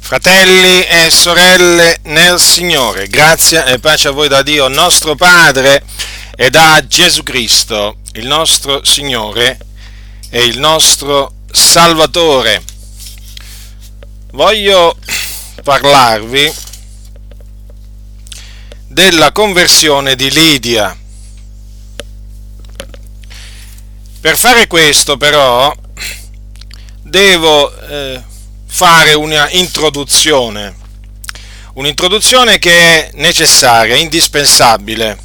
Fratelli e sorelle nel Signore, grazia e pace a voi da Dio nostro Padre e da Gesù Cristo, il nostro Signore e il nostro Salvatore. Voglio parlarvi della conversione di Lidia. Per fare questo, però, devo fare una introduzione che è necessaria, indispensabile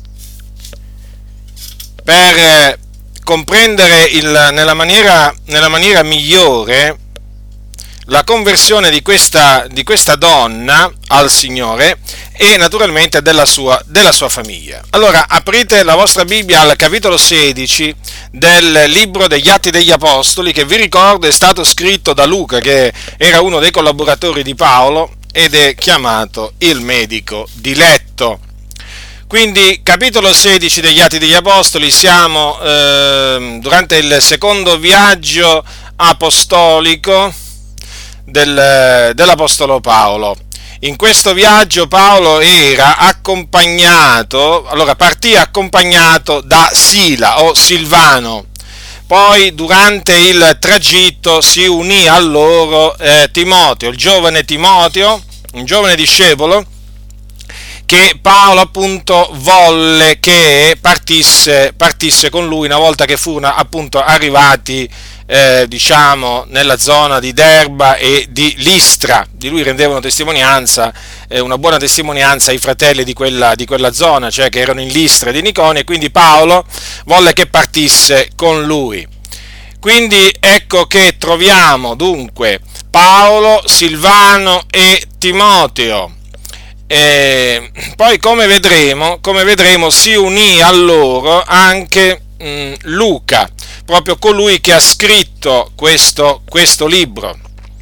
per comprendere nella maniera migliore la conversione di questa donna al Signore e naturalmente della sua famiglia. Allora, aprite la vostra Bibbia al capitolo 16 del libro degli Atti degli Apostoli, che vi ricordo è stato scritto da Luca, che era uno dei collaboratori di Paolo ed è chiamato il medico diletto. Quindi, capitolo 16 degli Atti degli Apostoli, siamo durante il secondo viaggio apostolico dell'Apostolo Paolo. In questo viaggio Paolo partì accompagnato da Sila o Silvano, poi durante il tragitto si unì a loro Timoteo, un giovane discepolo, che Paolo appunto volle che partisse con lui una volta che furono appunto arrivati nella zona di Derba e di Listra. Di lui rendevano testimonianza, una buona testimonianza i fratelli di quella zona, cioè che erano in Listra e di Iconia, e quindi Paolo volle che partisse con lui. Quindi ecco che troviamo dunque Paolo, Silvano e Timoteo. Poi come vedremo si unì a loro anche Luca, proprio colui che ha scritto questo libro.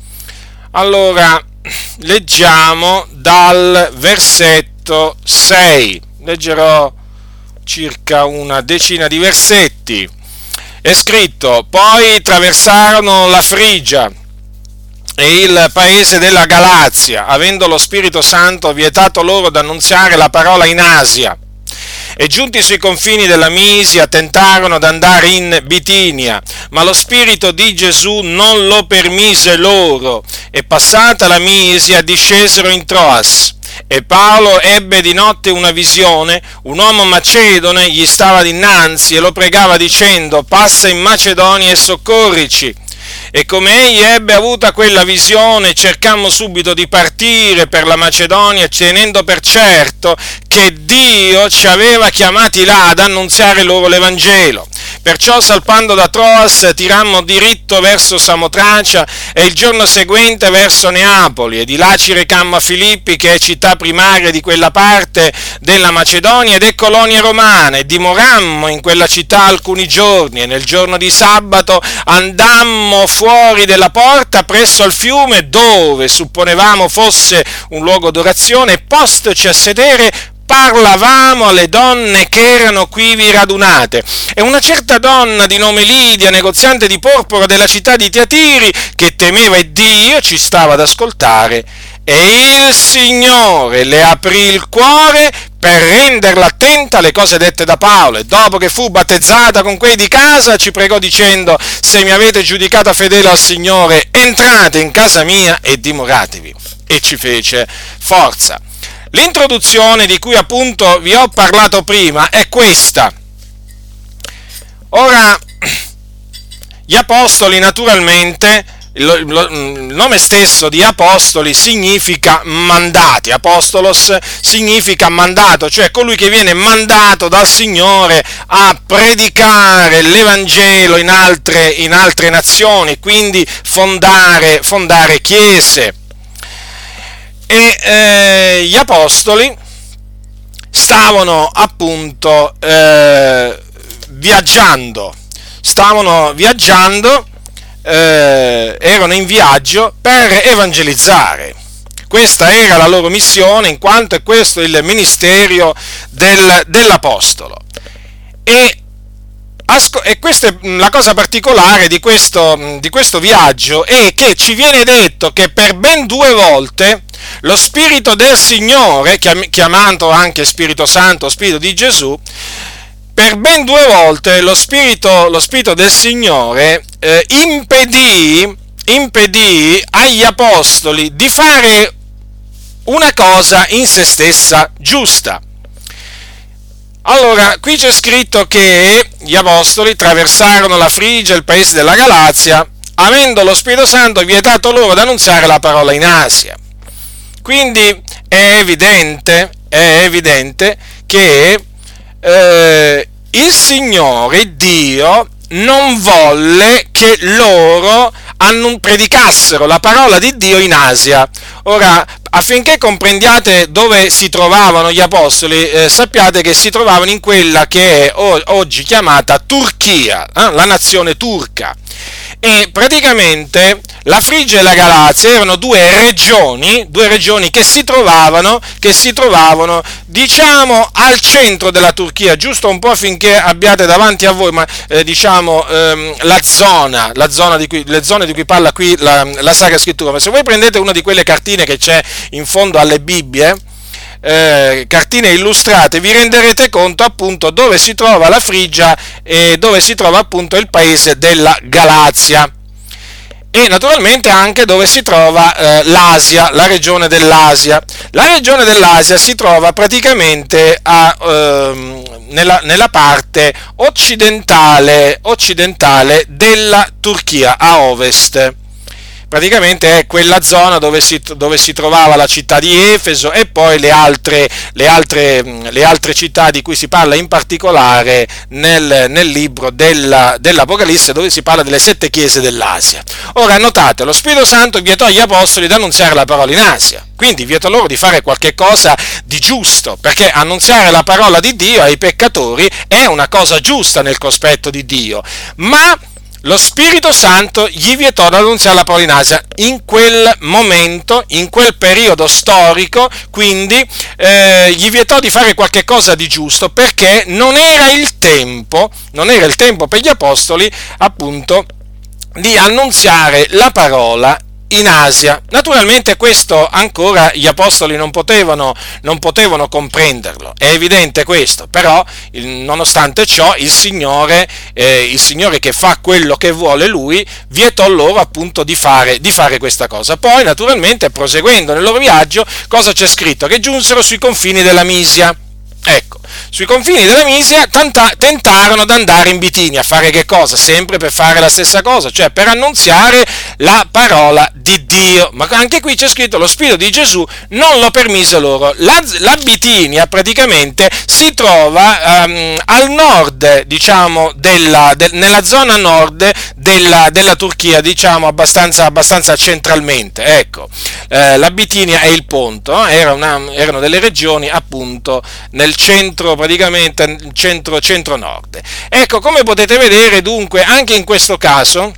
Allora, leggiamo dal versetto 6, leggerò circa una decina di versetti. È scritto: poi attraversarono la Frigia e il paese della Galazia, avendo lo Spirito Santo vietato loro d'annunziare la parola in Asia. E giunti sui confini della Misia tentarono ad andare in Bitinia, ma lo Spirito di Gesù non lo permise loro, e passata la Misia discesero in Troas. E Paolo ebbe di notte una visione, un uomo macedone gli stava dinanzi e lo pregava dicendo: passa in Macedonia e soccorrici. E come egli ebbe avuta quella visione, cercammo subito di partire per la Macedonia, tenendo per certo che Dio ci aveva chiamati là ad annunziare loro l'Evangelo. Perciò, salpando da Troas, tirammo diritto verso Samotracia e il giorno seguente verso Neapoli, e di là ci recammo a Filippi, che è città primaria di quella parte della Macedonia ed è colonia romana, e dimorammo in quella città alcuni giorni, e nel giorno di sabato andammo fuori della porta presso al fiume, dove supponevamo fosse un luogo d'orazione, e postoci a sedere parlavamo alle donne che erano quivi radunate. E una certa donna di nome Lidia, negoziante di porpora della città di Tiatiri, che temeva Dio, ci stava ad ascoltare, e il Signore le aprì il cuore per renderla attenta alle cose dette da Paolo, e dopo che fu battezzata con quei di casa ci pregò dicendo: se mi avete giudicata fedele al Signore, entrate in casa mia e dimoratevi. E ci fece forza. L'introduzione di cui appunto vi ho parlato prima è questa. Ora, gli apostoli naturalmente, il nome stesso di apostoli significa mandati, apostolos significa mandato, cioè colui che viene mandato dal Signore a predicare l'Evangelo in altre nazioni, quindi fondare chiese. E gli apostoli stavano appunto viaggiando, erano in viaggio per evangelizzare. Questa era la loro missione, in quanto è questo il ministero dell'apostolo. E e questa è la cosa particolare di questo viaggio, è che ci viene detto che per ben 2 volte lo Spirito del Signore, chiamato anche Spirito Santo, Spirito di Gesù, per ben 2 volte lo Spirito del Signore impedì agli apostoli di fare una cosa in se stessa giusta. Allora, qui c'è scritto che gli apostoli attraversarono la Frigia, il paese della Galazia, avendo lo Spirito Santo vietato loro di annunziare la parola in Asia. Quindi è evidente che il Signore Dio non volle che loro predicassero la parola di Dio in Asia. Ora, affinché comprendiate dove si trovavano gli apostoli, sappiate che si trovavano in quella che è oggi chiamata Turchia, la nazione turca. E praticamente la Frigia e la Galazia erano due regioni che si trovavano, diciamo, al centro della Turchia, giusto un po' affinché abbiate davanti a voi, le zone di cui parla qui la Sacra Scrittura. Ma se voi prendete una di quelle cartine che c'è in fondo alle Bibbie, cartine illustrate, vi renderete conto appunto dove si trova la Frigia e dove si trova appunto il paese della Galazia, e naturalmente anche dove si trova l'Asia, la regione dell'Asia. La regione dell'Asia si trova praticamente nella parte occidentale della Turchia, a ovest. Praticamente è quella zona dove si trovava la città di Efeso e poi le altre città di cui si parla in particolare nel libro dell'Apocalisse, dove si parla delle 7 chiese dell'Asia. Ora notate, lo Spirito Santo vietò agli apostoli di annunziare la parola in Asia, quindi vietò loro di fare qualche cosa di giusto, perché annunziare la parola di Dio ai peccatori è una cosa giusta nel cospetto di Dio, ma lo Spirito Santo gli vietò di annunziare la parola in Asia in quel momento, in quel periodo storico, quindi gli vietò di fare qualche cosa di giusto, perché non era il tempo per gli apostoli appunto di annunziare la parola in Asia. Naturalmente questo ancora gli apostoli non potevano comprenderlo, è evidente questo, però nonostante ciò il Signore che fa quello che vuole Lui, vietò loro appunto di fare questa cosa. Poi naturalmente, proseguendo nel loro viaggio, cosa c'è scritto? Che giunsero sui confini della Misia. Ecco, sui confini della Misia tentarono di andare in Bitinia, a fare che cosa? Sempre per fare la stessa cosa, cioè per annunziare la parola di Dio. Ma anche qui c'è scritto: lo Spirito di Gesù non lo permise loro. La Bitinia praticamente si trova al nord, diciamo, nella zona nord della Turchia, diciamo abbastanza centralmente. Ecco, la Bitinia e il Ponto erano delle regioni appunto nel centro, praticamente centro-nord. Ecco, come potete vedere, dunque, anche in questo caso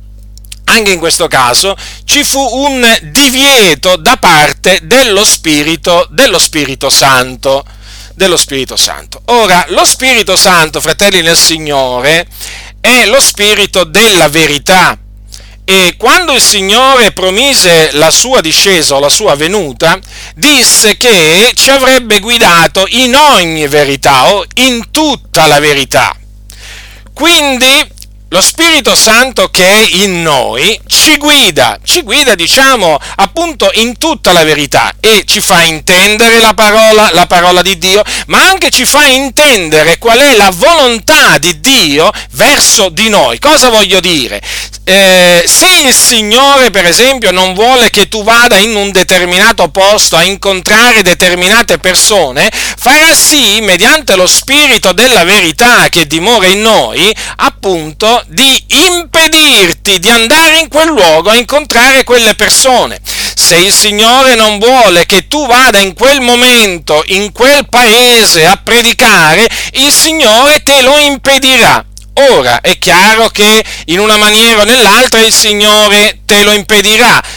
ci fu un divieto da parte dello Spirito Santo. Ora, lo Spirito Santo, fratelli nel Signore, è lo Spirito della verità. E quando il Signore promise la sua discesa o la sua venuta, disse che ci avrebbe guidato in ogni verità o in tutta la verità. Quindi lo Spirito Santo che è in noi ci guida, diciamo, appunto in tutta la verità, e ci fa intendere la parola di Dio, ma anche ci fa intendere qual è la volontà di Dio verso di noi. Cosa voglio dire? Se il Signore, per esempio, non vuole che tu vada in un determinato posto a incontrare determinate persone, farà sì, mediante lo Spirito della verità che dimora in noi, appunto, di impedirti di andare in quel luogo a incontrare quelle persone. Se il Signore non vuole che tu vada in quel momento, in quel paese a predicare, il Signore te lo impedirà. Ora, è chiaro che in una maniera o nell'altra il Signore te lo impedirà,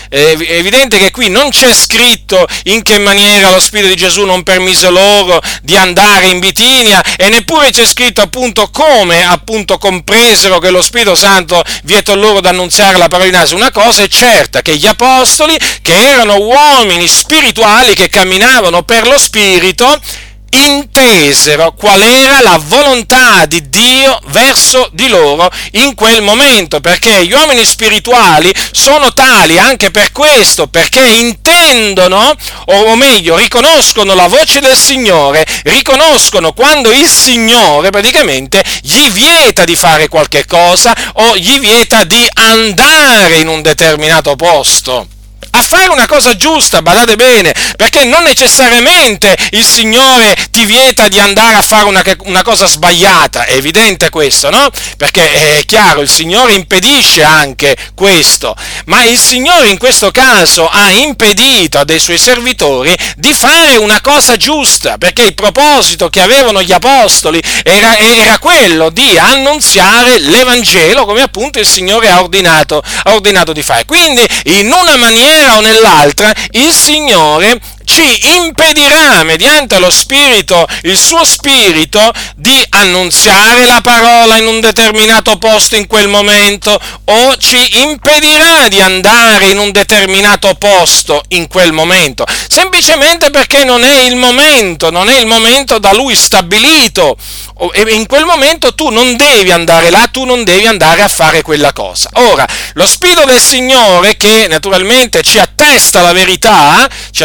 È evidente che qui non c'è scritto in che maniera lo Spirito di Gesù non permise loro di andare in Bitinia, e neppure c'è scritto appunto come appunto compresero che lo Spirito Santo vietò loro d'annunziare la parola di Nazareth. Una cosa è certa, che gli apostoli, che erano uomini spirituali che camminavano per lo Spirito, intesero qual era la volontà di Dio verso di loro in quel momento, perché gli uomini spirituali sono tali anche per questo, perché intendono, o meglio, riconoscono la voce del Signore, riconoscono quando il Signore praticamente gli vieta di fare qualche cosa o gli vieta di andare in un determinato posto a fare una cosa giusta, badate bene, perché non necessariamente il Signore ti vieta di andare a fare una cosa sbagliata, è evidente questo, no? Perché è chiaro, il Signore impedisce anche questo, ma il Signore in questo caso ha impedito a dei Suoi servitori di fare una cosa giusta, perché il proposito che avevano gli apostoli era quello di annunziare l'Evangelo, come appunto il Signore ha ordinato di fare. Quindi, in una maniera o nell'altra, il Signore ci impedirà, mediante lo Spirito, il suo Spirito, di annunziare la parola in un determinato posto in quel momento, o ci impedirà di andare in un determinato posto in quel momento, semplicemente perché non è il momento da Lui stabilito, e in quel momento tu non devi andare là, tu non devi andare a fare quella cosa. Ora, lo Spirito del Signore, che naturalmente ci attesta la verità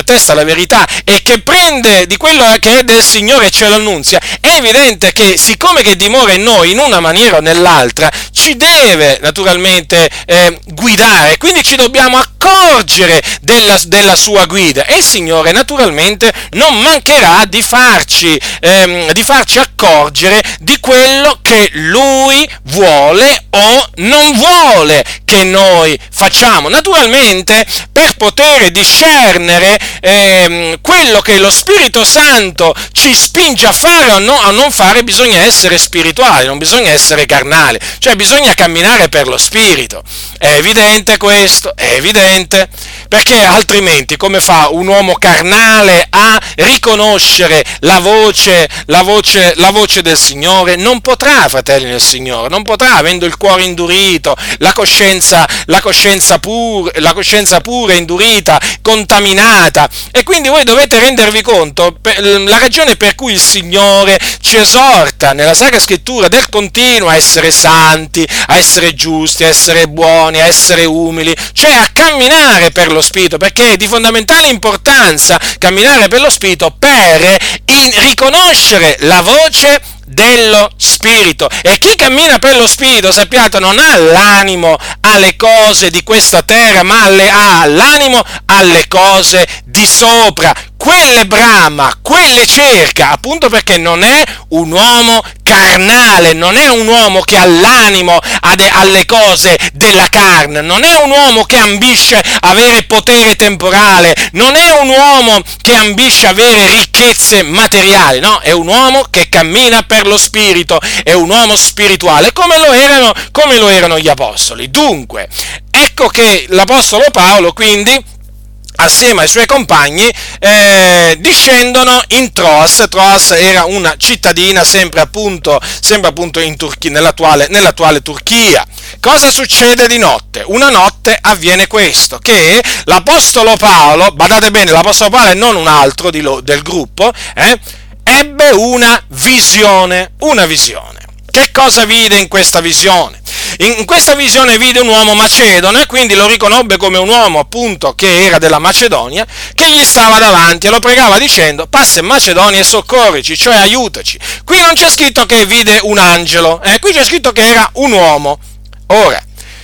e che prende di quello che è del Signore e ce lo annunzia, è evidente che, siccome che dimora in noi in una maniera o nell'altra, ci deve naturalmente guidare, quindi ci dobbiamo accorgere della sua guida, e il Signore naturalmente non mancherà di farci accorgere di quello che Lui vuole o non vuole che noi facciamo. Naturalmente, per poter discernere quello che lo Spirito Santo ci spinge a fare o a non fare, bisogna essere spirituali, non bisogna essere carnali, cioè bisogna camminare per lo Spirito. È evidente questo, è evidente, perché altrimenti come fa un uomo carnale a riconoscere la voce del Signore? Non potrà, fratelli nel Signore, non potrà, avendo il cuore indurito, la coscienza pure indurita, contaminata. E quindi voi dovete rendervi conto la ragione per cui il Signore ci esorta nella Sacra Scrittura del continuo a essere santi, a essere giusti, a essere buoni, a essere umili, cioè a camminare per lo Spirito, perché è di fondamentale importanza camminare per lo Spirito per riconoscere la voce dello Spirito. E chi cammina per lo Spirito, sappiate, non ha l'animo alle cose di questa terra, ma ha l'animo alle cose di sopra. Quelle brama, quelle cerca, appunto perché non è un uomo carnale, non è un uomo che ha l'animo alle cose della carne, non è un uomo che ambisce avere potere temporale, non è un uomo che ambisce avere ricchezze materiali, no, è un uomo che cammina per lo Spirito, è un uomo spirituale, come lo erano gli apostoli. Dunque, ecco che l'apostolo Paolo, quindi, assieme ai suoi compagni, discendono in Troas. Troas era una cittadina sempre appunto in Turchia, nell'attuale Turchia. Cosa succede di notte? Una notte avviene questo, che l'apostolo Paolo, badate bene, l'apostolo Paolo è non un altro del gruppo, ebbe una visione. Che cosa vide in questa visione? In questa visione vide un uomo macedone, e quindi lo riconobbe come un uomo appunto che era della Macedonia, che gli stava davanti e lo pregava dicendo: passa in Macedonia e soccorrici, cioè aiutaci. Qui non c'è scritto che vide un angelo, qui c'è scritto che era un uomo. Ora,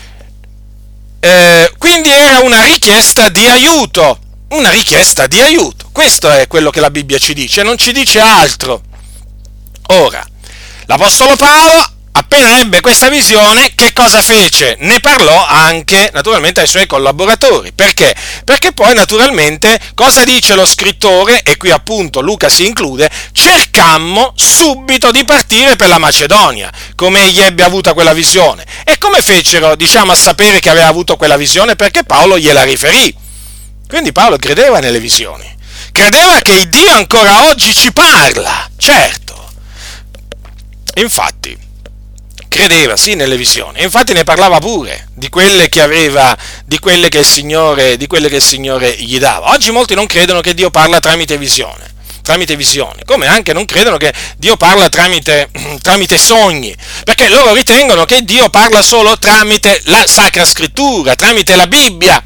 quindi era una richiesta di aiuto, questo è quello che la Bibbia ci dice, non ci dice altro. Ora, l'apostolo Paolo, appena ebbe questa visione, che cosa fece? Ne parlò anche naturalmente ai suoi collaboratori. Perché? Perché poi naturalmente cosa dice lo scrittore, e qui appunto Luca si include: cercammo subito di partire per la Macedonia, come egli ebbe avuta quella visione. E come fecero, a sapere che aveva avuto quella visione? Perché Paolo gliela riferì. Quindi Paolo credeva nelle visioni, credeva che Dio ancora oggi ci parla, certo. Infatti credeva sì nelle visioni, infatti ne parlava pure di quelle che aveva, di quelle che il Signore gli dava. Oggi molti non credono che Dio parla tramite visioni, come anche non credono che Dio parla tramite sogni, perché loro ritengono che Dio parla solo tramite la Sacra Scrittura, tramite la Bibbia.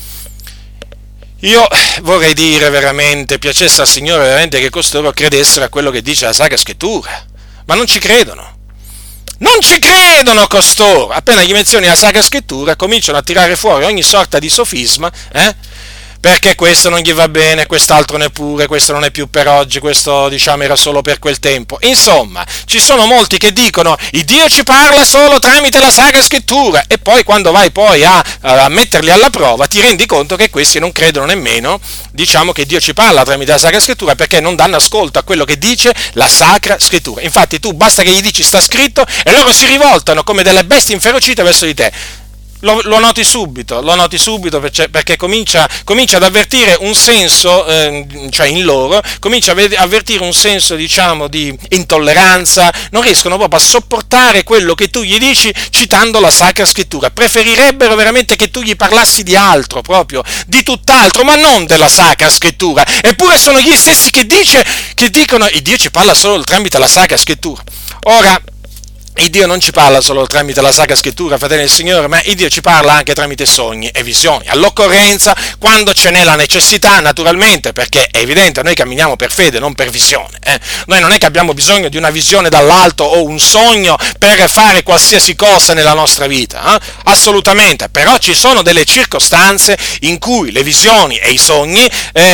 Io vorrei dire veramente, piacesse al Signore veramente che costoro credessero a quello che dice la Sacra Scrittura, ma non ci credono. Non ci credono costoro! Appena gli menzioni la Sacra Scrittura cominciano a tirare fuori ogni sorta di sofisma, perché questo non gli va bene, quest'altro neppure, questo non è più per oggi, questo era solo per quel tempo. Insomma, ci sono molti che dicono: il Dio ci parla solo tramite la Sacra Scrittura, e poi quando vai poi a metterli alla prova ti rendi conto che questi non credono nemmeno, che Dio ci parla tramite la Sacra Scrittura, perché non danno ascolto a quello che dice la Sacra Scrittura. Infatti tu basta che gli dici sta scritto e loro si rivoltano come delle bestie inferocite verso di te. Lo noti subito, perché comincia ad avvertire un senso, in loro, comincia ad avvertire un senso, di intolleranza, non riescono proprio a sopportare quello che tu gli dici citando la Sacra Scrittura. Preferirebbero veramente che tu gli parlassi di altro, proprio, di tutt'altro, ma non della Sacra Scrittura. Eppure sono gli stessi che dicono: il Dio ci parla solo tramite la Sacra Scrittura. Ora, il Dio non ci parla solo tramite la Sacra Scrittura, fratelli del Signore, ma il Dio ci parla anche tramite sogni e visioni. All'occorrenza, quando ce n'è la necessità, naturalmente, perché è evidente, noi camminiamo per fede, non per visione. Noi non è che abbiamo bisogno di una visione dall'alto o un sogno per fare qualsiasi cosa nella nostra vita. Assolutamente, però ci sono delle circostanze in cui le visioni e i sogni,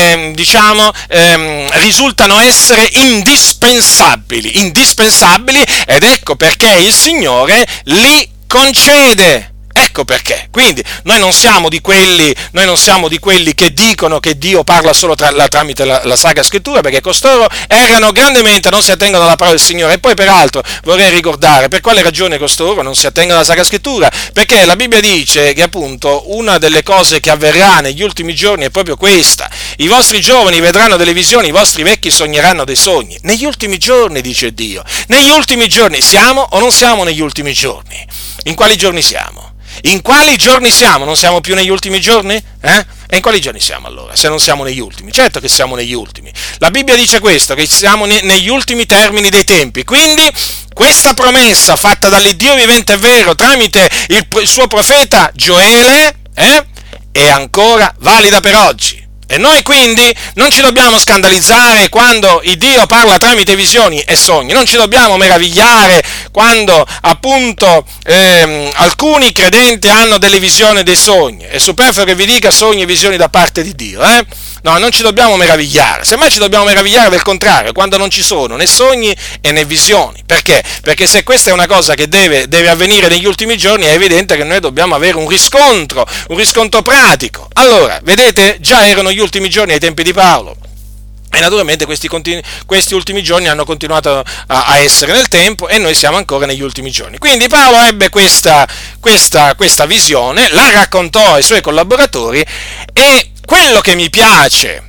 risultano essere indispensabili, ed ecco perché il Signore li concede. Ecco perché. Quindi noi non siamo di quelli che dicono che Dio parla solo tramite la Sacra Scrittura, perché costoro errano grandemente, non si attengono alla parola del Signore. E poi peraltro vorrei ricordare per quale ragione costoro non si attengono alla Sacra Scrittura, perché la Bibbia dice che appunto una delle cose che avverrà negli ultimi giorni è proprio questa: i vostri giovani vedranno delle visioni, i vostri vecchi sogneranno dei sogni. Negli ultimi giorni, dice Dio. Negli ultimi giorni siamo o non siamo negli ultimi giorni? In quali giorni siamo? In quali giorni siamo? Non siamo più negli ultimi giorni? E in quali giorni siamo allora, se non siamo negli ultimi? Certo che siamo negli ultimi. La Bibbia dice questo, che siamo negli ultimi termini dei tempi. Quindi questa promessa fatta dall'Iddio vivente e vero tramite il suo profeta Gioele è ancora valida per oggi. E noi quindi non ci dobbiamo scandalizzare quando il Dio parla tramite visioni e sogni, non ci dobbiamo meravigliare quando appunto alcuni credenti hanno delle visioni e dei sogni. È superfluo che vi dica sogni e visioni da parte di Dio, No, non ci dobbiamo meravigliare, semmai ci dobbiamo meravigliare del contrario, quando non ci sono né sogni né visioni. Perché? Perché se questa è una cosa che deve avvenire negli ultimi giorni, è evidente che noi dobbiamo avere un riscontro pratico. Allora, vedete, già erano gli ultimi giorni ai tempi di Paolo. E naturalmente questi ultimi giorni hanno continuato a essere nel tempo, e noi siamo ancora negli ultimi giorni. Quindi Paolo ebbe questa visione, la raccontò ai suoi collaboratori, e quello che mi piace,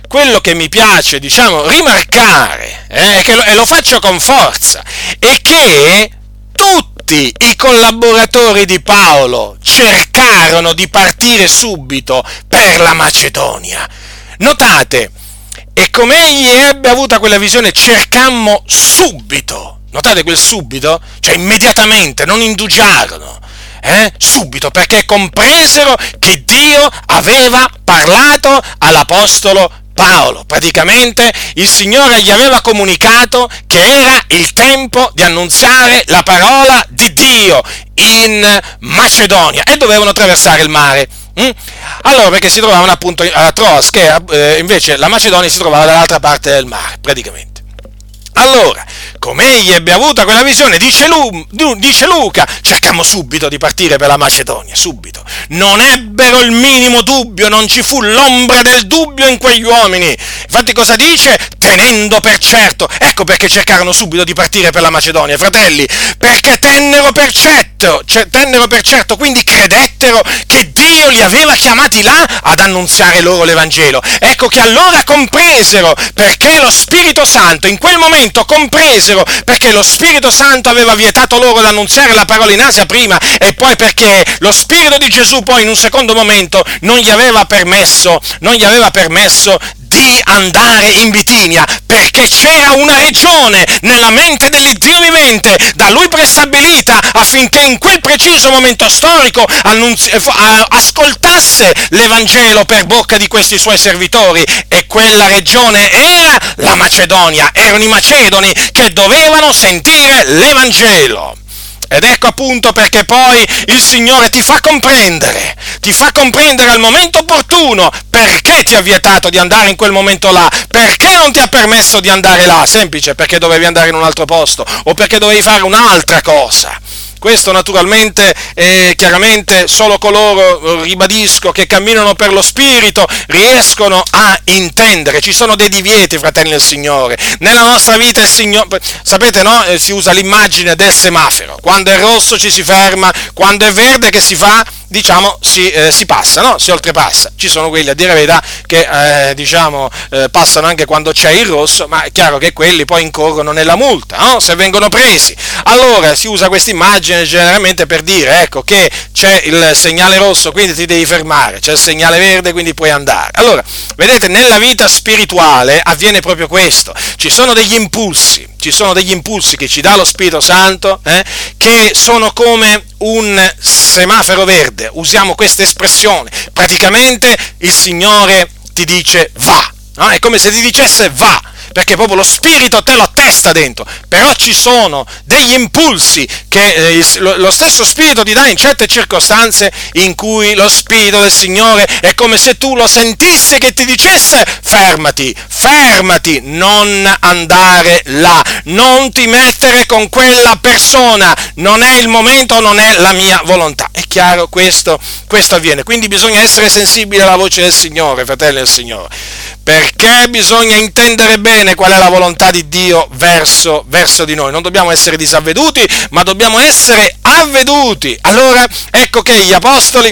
rimarcare, e lo faccio con forza, è che tutti i collaboratori di Paolo cercarono di partire subito per la Macedonia. Notate, e come egli ebbe avuta quella visione, cercammo subito. Notate quel subito? Cioè immediatamente, non indugiarono. Subito, perché compresero che Dio aveva parlato all'apostolo Paolo. Praticamente il Signore gli aveva comunicato che era il tempo di annunziare la parola di Dio in Macedonia, e dovevano attraversare il mare. Allora, perché si trovavano appunto a Troas, che invece la Macedonia si trovava dall'altra parte del mare, praticamente. Allora, come egli ebbe avuta quella visione, dice Luca, cercammo subito di partire per la Macedonia, subito. Non ebbero il minimo dubbio, non ci fu l'ombra del dubbio in quegli uomini. Infatti cosa dice? Tenendo per certo. Ecco perché cercarono subito di partire per la Macedonia, fratelli, perché tennero per certo, quindi credettero che Dio li aveva chiamati là ad annunziare loro l'Evangelo. Ecco che allora compresero, perché lo Spirito Santo, in quel momento compresero, perché lo Spirito Santo aveva vietato loro di annunziare la parola in Asia prima, e poi perché lo Spirito di Gesù poi in un secondo momento non gli aveva permesso di andare in Bitinia, perché c'era una regione nella mente dell'Iddio vivente da lui prestabilita affinché in quel preciso momento storico ascoltasse l'Evangelo per bocca di questi suoi servitori, e quella regione era la Macedonia, erano i macedoni che dovevano sentire l'Evangelo. Ed ecco appunto perché poi il Signore ti fa comprendere al momento opportuno perché ti ha vietato di andare in quel momento là, perché non ti ha permesso di andare là, semplice, perché dovevi andare in un altro posto o perché dovevi fare un'altra cosa. Questo naturalmente, chiaramente, solo coloro, ribadisco, che camminano per lo Spirito riescono a intendere. Ci sono dei divieti, fratelli del Signore. Nella nostra vita il Signore, sapete, no? Si usa l'immagine del semaforo. Quando è rosso ci si ferma, quando è verde che si fa? Diciamo, si passa, no? Si oltrepassa. Ci sono quelli, a dire la verità, che passano anche quando c'è il rosso, ma è chiaro che quelli poi incorrono nella multa, no? Se vengono presi. Allora si usa questa immagine generalmente per dire, ecco, che c'è il segnale rosso, quindi ti devi fermare, c'è il segnale verde, quindi puoi andare. Allora, vedete, nella vita spirituale avviene proprio questo. Ci sono degli impulsi che ci dà lo Spirito Santo, che sono come un semaforo verde, usiamo questa espressione. Praticamente il Signore ti dice va, no? È come se ti dicesse va, perché proprio lo Spirito te lo attesta dentro. Però ci sono degli impulsi che lo stesso Spirito ti dà in certe circostanze in cui lo Spirito del Signore è come se tu lo sentissi che ti dicesse fermati, non andare là, non ti mettere con quella persona, non è il momento, non è la mia volontà. È chiaro, questo avviene, quindi bisogna essere sensibili alla voce del Signore, fratelli del Signore, perché bisogna intendere bene qual è la volontà di Dio verso di noi. Non dobbiamo essere disavveduti, ma dobbiamo essere avveduti. Allora, ecco che gli apostoli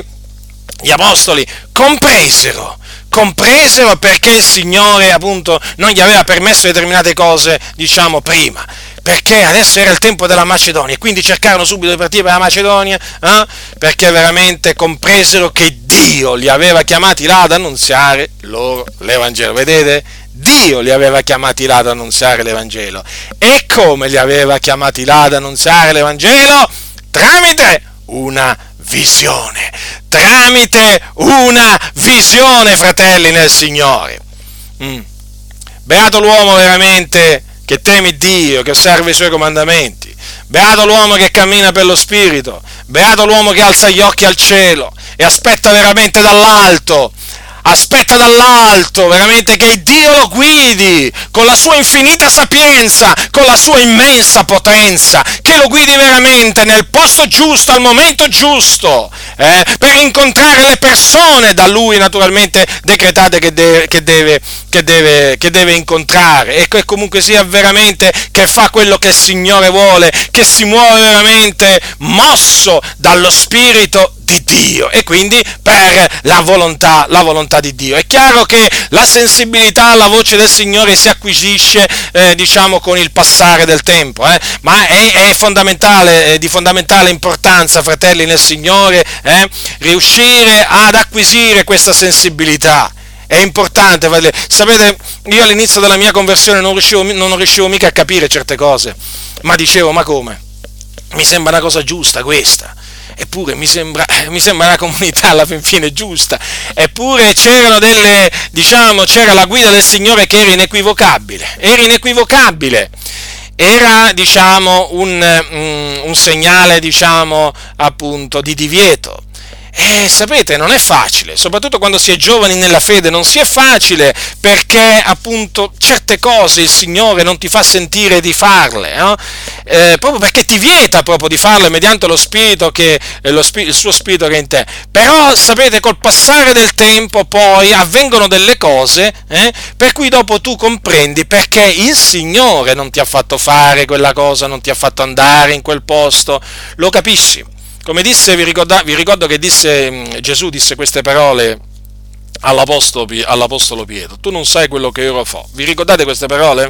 compresero perché il Signore appunto non gli aveva permesso determinate cose, diciamo, prima, perché adesso era il tempo della Macedonia, e quindi cercarono subito di partire per la Macedonia, perché veramente compresero che Dio li aveva chiamati là ad annunziare loro l'Evangelo. Vedete? Dio li aveva chiamati là ad annunziare l'Evangelo. E come li aveva chiamati là ad annunziare l'Evangelo? Tramite una visione, fratelli nel Signore. Beato l'uomo veramente che teme Dio, che osserva i Suoi comandamenti. Beato l'uomo che cammina per lo Spirito. Beato l'uomo che alza gli occhi al cielo e aspetta veramente dall'alto, veramente che Dio lo guidi con la sua infinita sapienza, con la sua immensa potenza, che lo guidi veramente nel posto giusto, al momento giusto, per incontrare le persone da lui naturalmente decretate che deve incontrare, e che comunque sia veramente che fa quello che il Signore vuole, che si muove veramente mosso dallo Spirito di Dio, e quindi per la volontà di Dio. È chiaro che la sensibilità alla voce del Signore si acquisisce con il passare del tempo, ma è fondamentale, di fondamentale importanza, fratelli nel Signore, riuscire ad acquisire questa sensibilità. È importante, sapete, io all'inizio della mia conversione non riuscivo mica a capire certe cose, ma dicevo, ma come? Mi sembra una cosa giusta questa. Eppure mi sembra una comunità alla fin fine giusta, eppure c'era la guida del Signore che era inequivocabile, era un segnale, appunto, di divieto, sapete, non è facile, soprattutto quando si è giovani nella fede, non si è facile, perché appunto certe cose il Signore non ti fa sentire di farle, no? Proprio perché ti vieta proprio di farle mediante lo Spirito, il suo Spirito che è in te. Però sapete, col passare del tempo poi avvengono delle cose per cui dopo tu comprendi perché il Signore non ti ha fatto fare quella cosa, non ti ha fatto andare in quel posto, lo capisci? Come disse, vi ricordo che Gesù disse queste parole all'Apostolo Pietro: tu non sai quello che ora fo. Vi ricordate queste parole?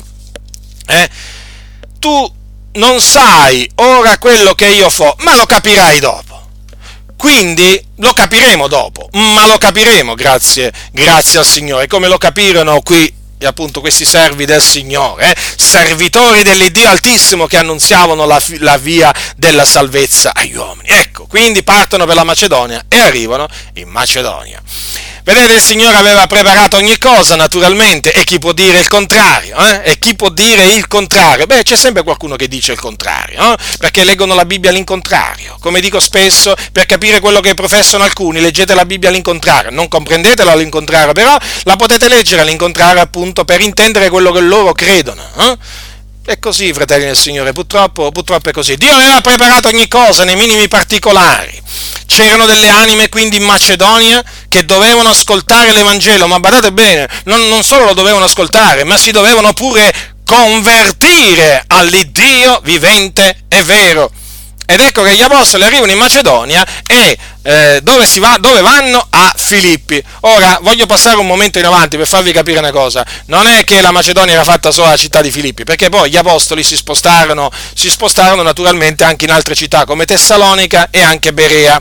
Tu non sai ora quello che io fo, ma lo capirai dopo. Quindi lo capiremo dopo, ma lo capiremo grazie al Signore, come lo capirono qui appunto questi servi del Signore, servitori dell'Iddio Altissimo, che annunziavano la via della salvezza agli uomini. Ecco, quindi partono per la Macedonia e arrivano in Macedonia. Vedete, il Signore aveva preparato ogni cosa, naturalmente, e chi può dire il contrario? E chi può dire il contrario? Beh, c'è sempre qualcuno che dice il contrario, perché leggono la Bibbia all'incontrario. Come dico spesso, per capire quello che professano alcuni, leggete la Bibbia all'incontrario. Non comprendetela all'incontrario, però la potete leggere all'incontrario appunto per intendere quello che loro credono. È così, fratelli del Signore, purtroppo è così. Dio aveva preparato ogni cosa nei minimi particolari. C'erano delle anime quindi in Macedonia che dovevano ascoltare l'Evangelo, ma badate bene, non solo lo dovevano ascoltare, ma si dovevano pure convertire all'Iddio vivente e vero. Ed ecco che gli apostoli arrivano in Macedonia e dove vanno? A Filippi. Ora, voglio passare un momento in avanti per farvi capire una cosa. Non è che la Macedonia era fatta solo alla città di Filippi, perché poi gli apostoli si spostarono naturalmente anche in altre città, come Tessalonica e anche Berea.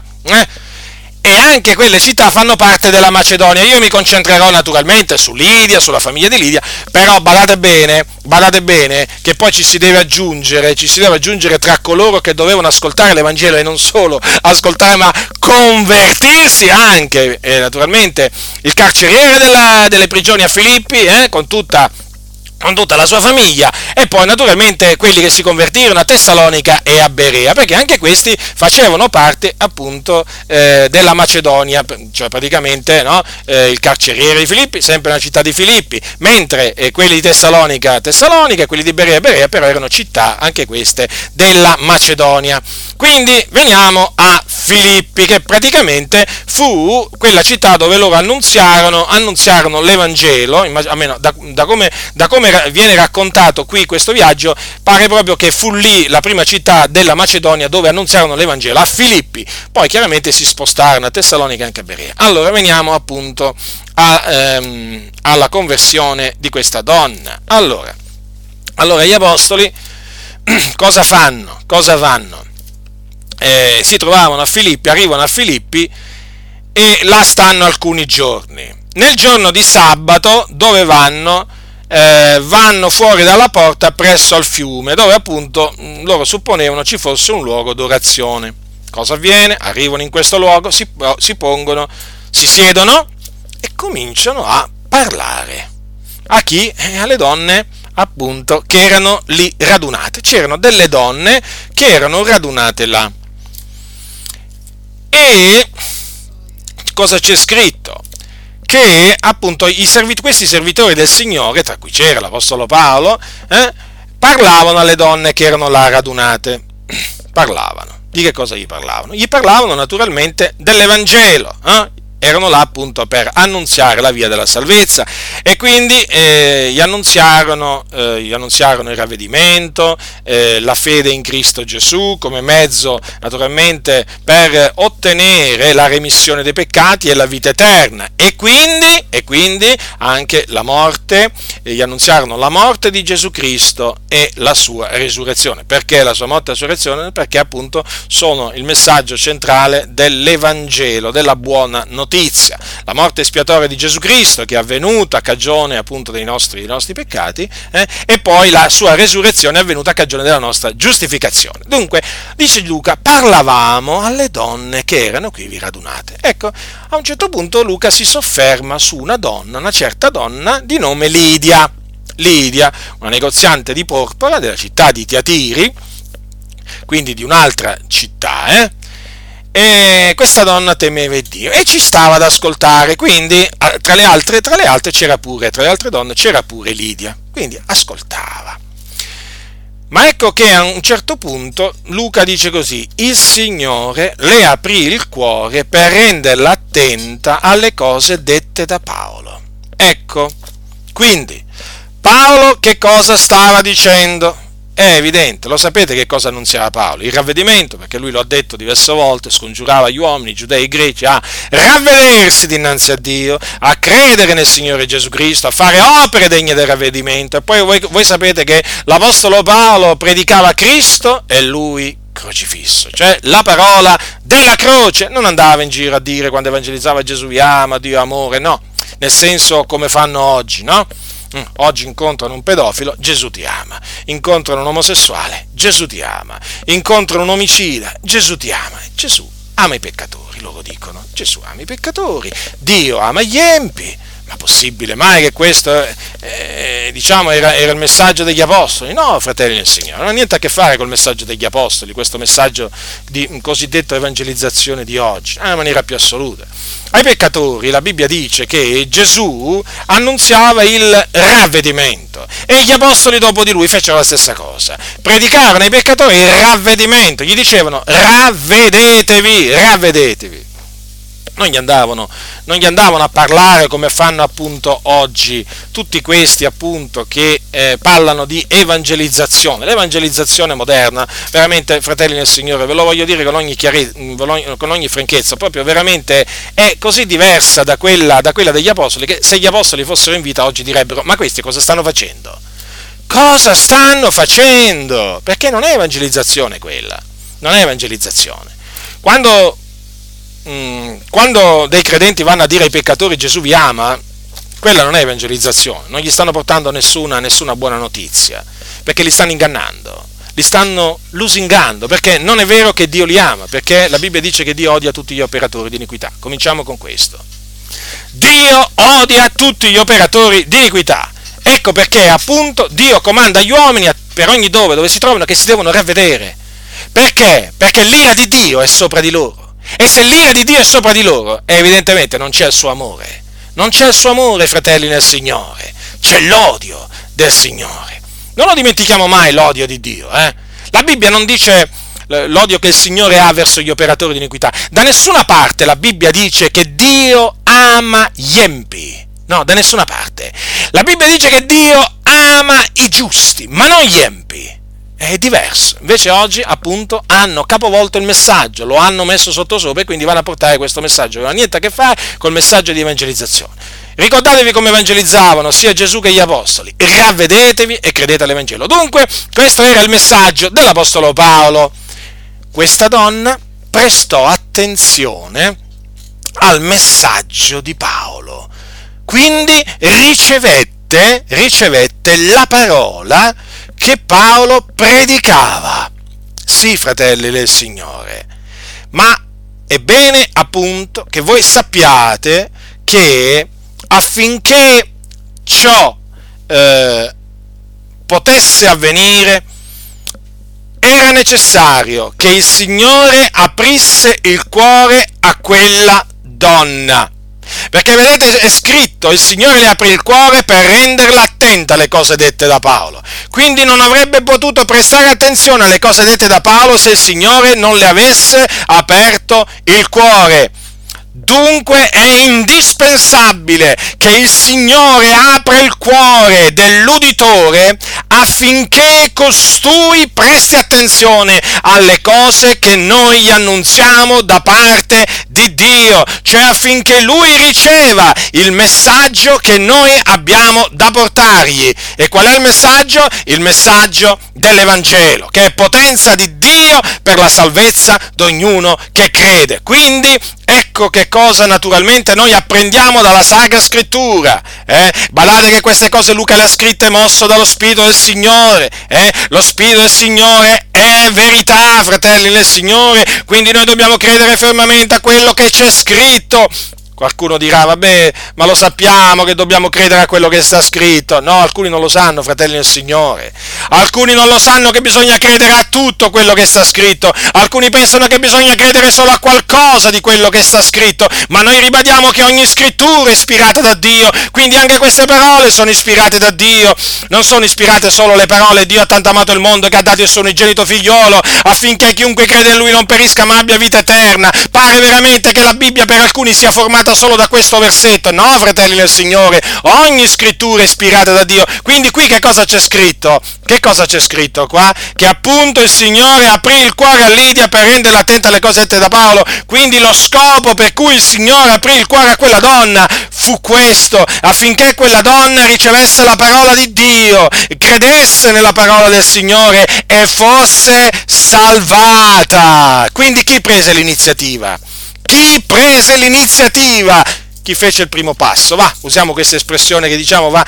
E anche quelle città fanno parte della Macedonia. Io mi concentrerò naturalmente su Lidia, sulla famiglia di Lidia, però badate bene che poi ci si deve aggiungere tra coloro che dovevano ascoltare l'Evangelo, e non solo ascoltare ma convertirsi anche, naturalmente il carceriere delle prigioni a Filippi, con tutta la sua famiglia, e poi naturalmente quelli che si convertirono a Tessalonica e a Berea, perché anche questi facevano parte appunto della Macedonia, cioè praticamente il carceriere di Filippi, sempre nella città di Filippi, mentre quelli di Tessalonica e quelli di Berea però erano città anche queste della Macedonia. Quindi veniamo a Filippi, che praticamente fu quella città dove loro annunziarono l'Evangelo, almeno da come viene raccontato qui questo viaggio, pare proprio che fu lì la prima città della Macedonia dove annunziarono l'Evangelo, a Filippi. Poi chiaramente si spostarono a Tessalonica e anche a Berea. Allora veniamo appunto alla conversione di questa donna. Allora gli apostoli cosa fanno? Si trovavano a Filippi, arrivano a Filippi e là stanno alcuni giorni. Nel giorno di sabato dove vanno fuori dalla porta presso al fiume, dove appunto loro supponevano ci fosse un luogo d'orazione. Cosa avviene? Arrivano in questo luogo, si pongono, si siedono e cominciano a parlare. A chi? Alle donne appunto che erano lì radunate. C'erano delle donne che erano radunate là. E cosa c'è scritto? Che appunto questi servitori del Signore, tra cui c'era l'Apostolo Paolo, parlavano alle donne che erano là radunate. Parlavano. Di che cosa gli parlavano? Gli parlavano naturalmente dell'Evangelo. Erano là appunto per annunziare la via della salvezza, e quindi gli annunziarono il ravvedimento, la fede in Cristo Gesù come mezzo naturalmente per ottenere la remissione dei peccati e la vita eterna, e quindi anche la morte. Gli annunziarono la morte di Gesù Cristo e la sua resurrezione. Perché la sua morte e la sua resurrezione? Perché appunto sono il messaggio centrale dell'Evangelo, della buona notizia. La morte espiatoria di Gesù Cristo, che è avvenuta a cagione appunto dei nostri peccati, e poi la sua resurrezione è avvenuta a cagione della nostra giustificazione. Dunque, dice Luca, parlavamo alle donne che erano qui radunate. Ecco, a un certo punto Luca si sofferma su una certa donna di nome Lidia, una negoziante di porpora della città di Tiatiri, quindi di un'altra città, E questa donna temeva Dio e ci stava ad ascoltare, quindi tra le altre c'era pure, tra le altre donne c'era pure Lidia, quindi ascoltava. Ma ecco che a un certo punto Luca dice così: il Signore le aprì il cuore per renderla attenta alle cose dette da Paolo. Ecco, quindi Paolo che cosa stava dicendo? È evidente, lo sapete che cosa annunziava Paolo? Il ravvedimento, perché lui lo ha detto diverse volte, scongiurava gli uomini, i giudei, i greci, a ravvedersi dinanzi a Dio, a credere nel Signore Gesù Cristo, a fare opere degne del ravvedimento. E poi voi sapete che l'Apostolo Paolo predicava Cristo e lui crocifisso, cioè la parola della croce. Non andava in giro a dire, quando evangelizzava, Gesù vi ama, Dio è amore, no, nel senso come fanno oggi, no? Oggi incontrano un pedofilo, Gesù ti ama. Incontrano un omosessuale, Gesù ti ama. Incontrano un omicida, Gesù ti ama. Gesù ama i peccatori, loro dicono. Gesù ama i peccatori, Dio ama gli empi. Ma possibile mai che questo era il messaggio degli apostoli? No, fratelli del Signore, non ha niente a che fare col messaggio degli apostoli, questo messaggio di cosiddetta evangelizzazione di oggi, in maniera più assoluta. Ai peccatori la Bibbia dice che Gesù annunziava il ravvedimento e gli apostoli dopo di lui fecero la stessa cosa, predicarono ai peccatori il ravvedimento, gli dicevano ravvedetevi, ravvedetevi. Non gli andavano a parlare come fanno appunto oggi tutti questi appunto che parlano di evangelizzazione. L'evangelizzazione moderna, veramente, fratelli nel Signore, ve lo voglio dire con ogni franchezza, proprio veramente è così diversa da quella degli apostoli, che se gli apostoli fossero in vita oggi direbbero: ma questi cosa stanno facendo? Cosa stanno facendo? Perché non è evangelizzazione quella, non è evangelizzazione. Quando dei credenti vanno a dire ai peccatori Gesù vi ama, quella non è evangelizzazione, non gli stanno portando nessuna buona notizia, perché li stanno ingannando, li stanno lusingando, perché non è vero che Dio li ama, perché la Bibbia dice che Dio odia tutti gli operatori di iniquità. Cominciamo con questo: Dio odia tutti gli operatori di iniquità. Ecco perché appunto Dio comanda agli uomini per ogni dove si trovano che si devono ravvedere. Perché? Perché l'ira di Dio è sopra di loro. E se l'ira di Dio è sopra di loro, evidentemente non c'è il suo amore. Non c'è il suo amore, fratelli nel Signore. C'è l'odio del Signore. Non lo dimentichiamo mai l'odio di Dio. La Bibbia non dice l'odio che il Signore ha verso gli operatori di iniquità. Da nessuna parte la Bibbia dice che Dio ama gli empi. No, da nessuna parte. La Bibbia dice che Dio ama i giusti, ma non gli empi. È diverso. Invece oggi appunto hanno capovolto il messaggio, lo hanno messo sottosopra e quindi vanno a portare questo messaggio che non ha niente a che fare col messaggio di evangelizzazione. Ricordatevi come evangelizzavano sia Gesù che gli apostoli: ravvedetevi e credete all'Evangelo. Dunque questo era il messaggio dell'apostolo Paolo. Questa donna prestò attenzione al messaggio di Paolo, quindi ricevette la parola che Paolo predicava. Sì, fratelli del Signore, ma è bene appunto che voi sappiate che affinché ciò potesse avvenire era necessario che il Signore aprisse il cuore a quella donna. Perché vedete, è scritto: il Signore le aprì il cuore per renderla attenta alle cose dette da Paolo. Quindi non avrebbe potuto prestare attenzione alle cose dette da Paolo se il Signore non le avesse aperto il cuore. Dunque è indispensabile che il Signore apra il cuore dell'uditore affinché costui presti attenzione alle cose che noi gli annunziamo da parte di Dio, cioè affinché lui riceva il messaggio che noi abbiamo da portargli. E qual è il messaggio? Il messaggio dell'Evangelo, che è potenza di Dio per la salvezza di ognuno che crede. Quindi ecco che cosa naturalmente noi apprendiamo dalla Sacra Scrittura. Badate che queste cose Luca le ha scritte mosso dallo Spirito del Signore. Lo Spirito del Signore è verità, fratelli nel Signore, quindi noi dobbiamo credere fermamente a quello che c'è scritto. Qualcuno dirà, vabbè, ma lo sappiamo che dobbiamo credere a quello che sta scritto. No, alcuni non lo sanno, fratelli del Signore. Alcuni non lo sanno che bisogna credere a tutto quello che sta scritto. Alcuni pensano che bisogna credere solo a qualcosa di quello che sta scritto. Ma noi ribadiamo che ogni scrittura è ispirata da Dio, quindi anche queste parole sono ispirate da Dio. Non sono ispirate solo le parole: Dio ha tanto amato il mondo che ha dato il suo unigenito figliolo affinché chiunque crede in lui non perisca ma abbia vita eterna. Pare veramente che la Bibbia per alcuni sia formata solo da questo versetto. No, fratelli del Signore, ogni scrittura è ispirata da Dio. Quindi qui che cosa c'è scritto? Che cosa c'è scritto qua? Che appunto il Signore aprì il cuore a Lidia per renderla attenta alle cose dette da Paolo. Quindi lo scopo per cui il Signore aprì il cuore a quella donna fu questo, affinché quella donna ricevesse la parola di Dio, credesse nella parola del Signore e fosse salvata. Quindi chi prese l'iniziativa? Chi prese l'iniziativa? Chi fece il primo passo? Usiamo questa espressione che diciamo va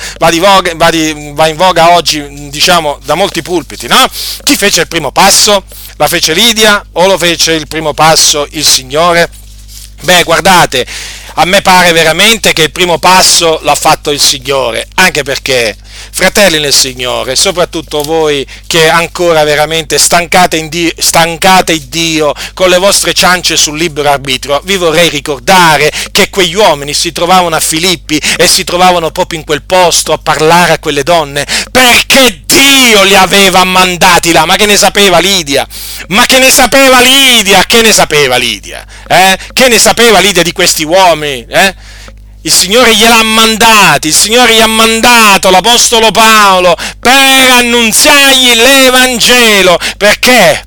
in voga oggi, diciamo, da molti pulpiti, no? Chi fece il primo passo? La fece Lidia o lo fece il primo passo il Signore? Guardate, a me pare veramente che il primo passo l'ha fatto il Signore, anche perché, fratelli nel Signore, soprattutto voi che ancora veramente stancate il Dio con le vostre ciance sul libero arbitrio, vi vorrei ricordare che quegli uomini si trovavano a Filippi e si trovavano proprio in quel posto a parlare a quelle donne, perché Dio li aveva mandati là. Ma che ne sapeva Lidia? Che ne sapeva Lidia? Che ne sapeva Lidia di questi uomini? Il Signore gliel'ha mandati, il Signore gli ha mandato l'Apostolo Paolo per annunziargli l'Evangelo. Perché?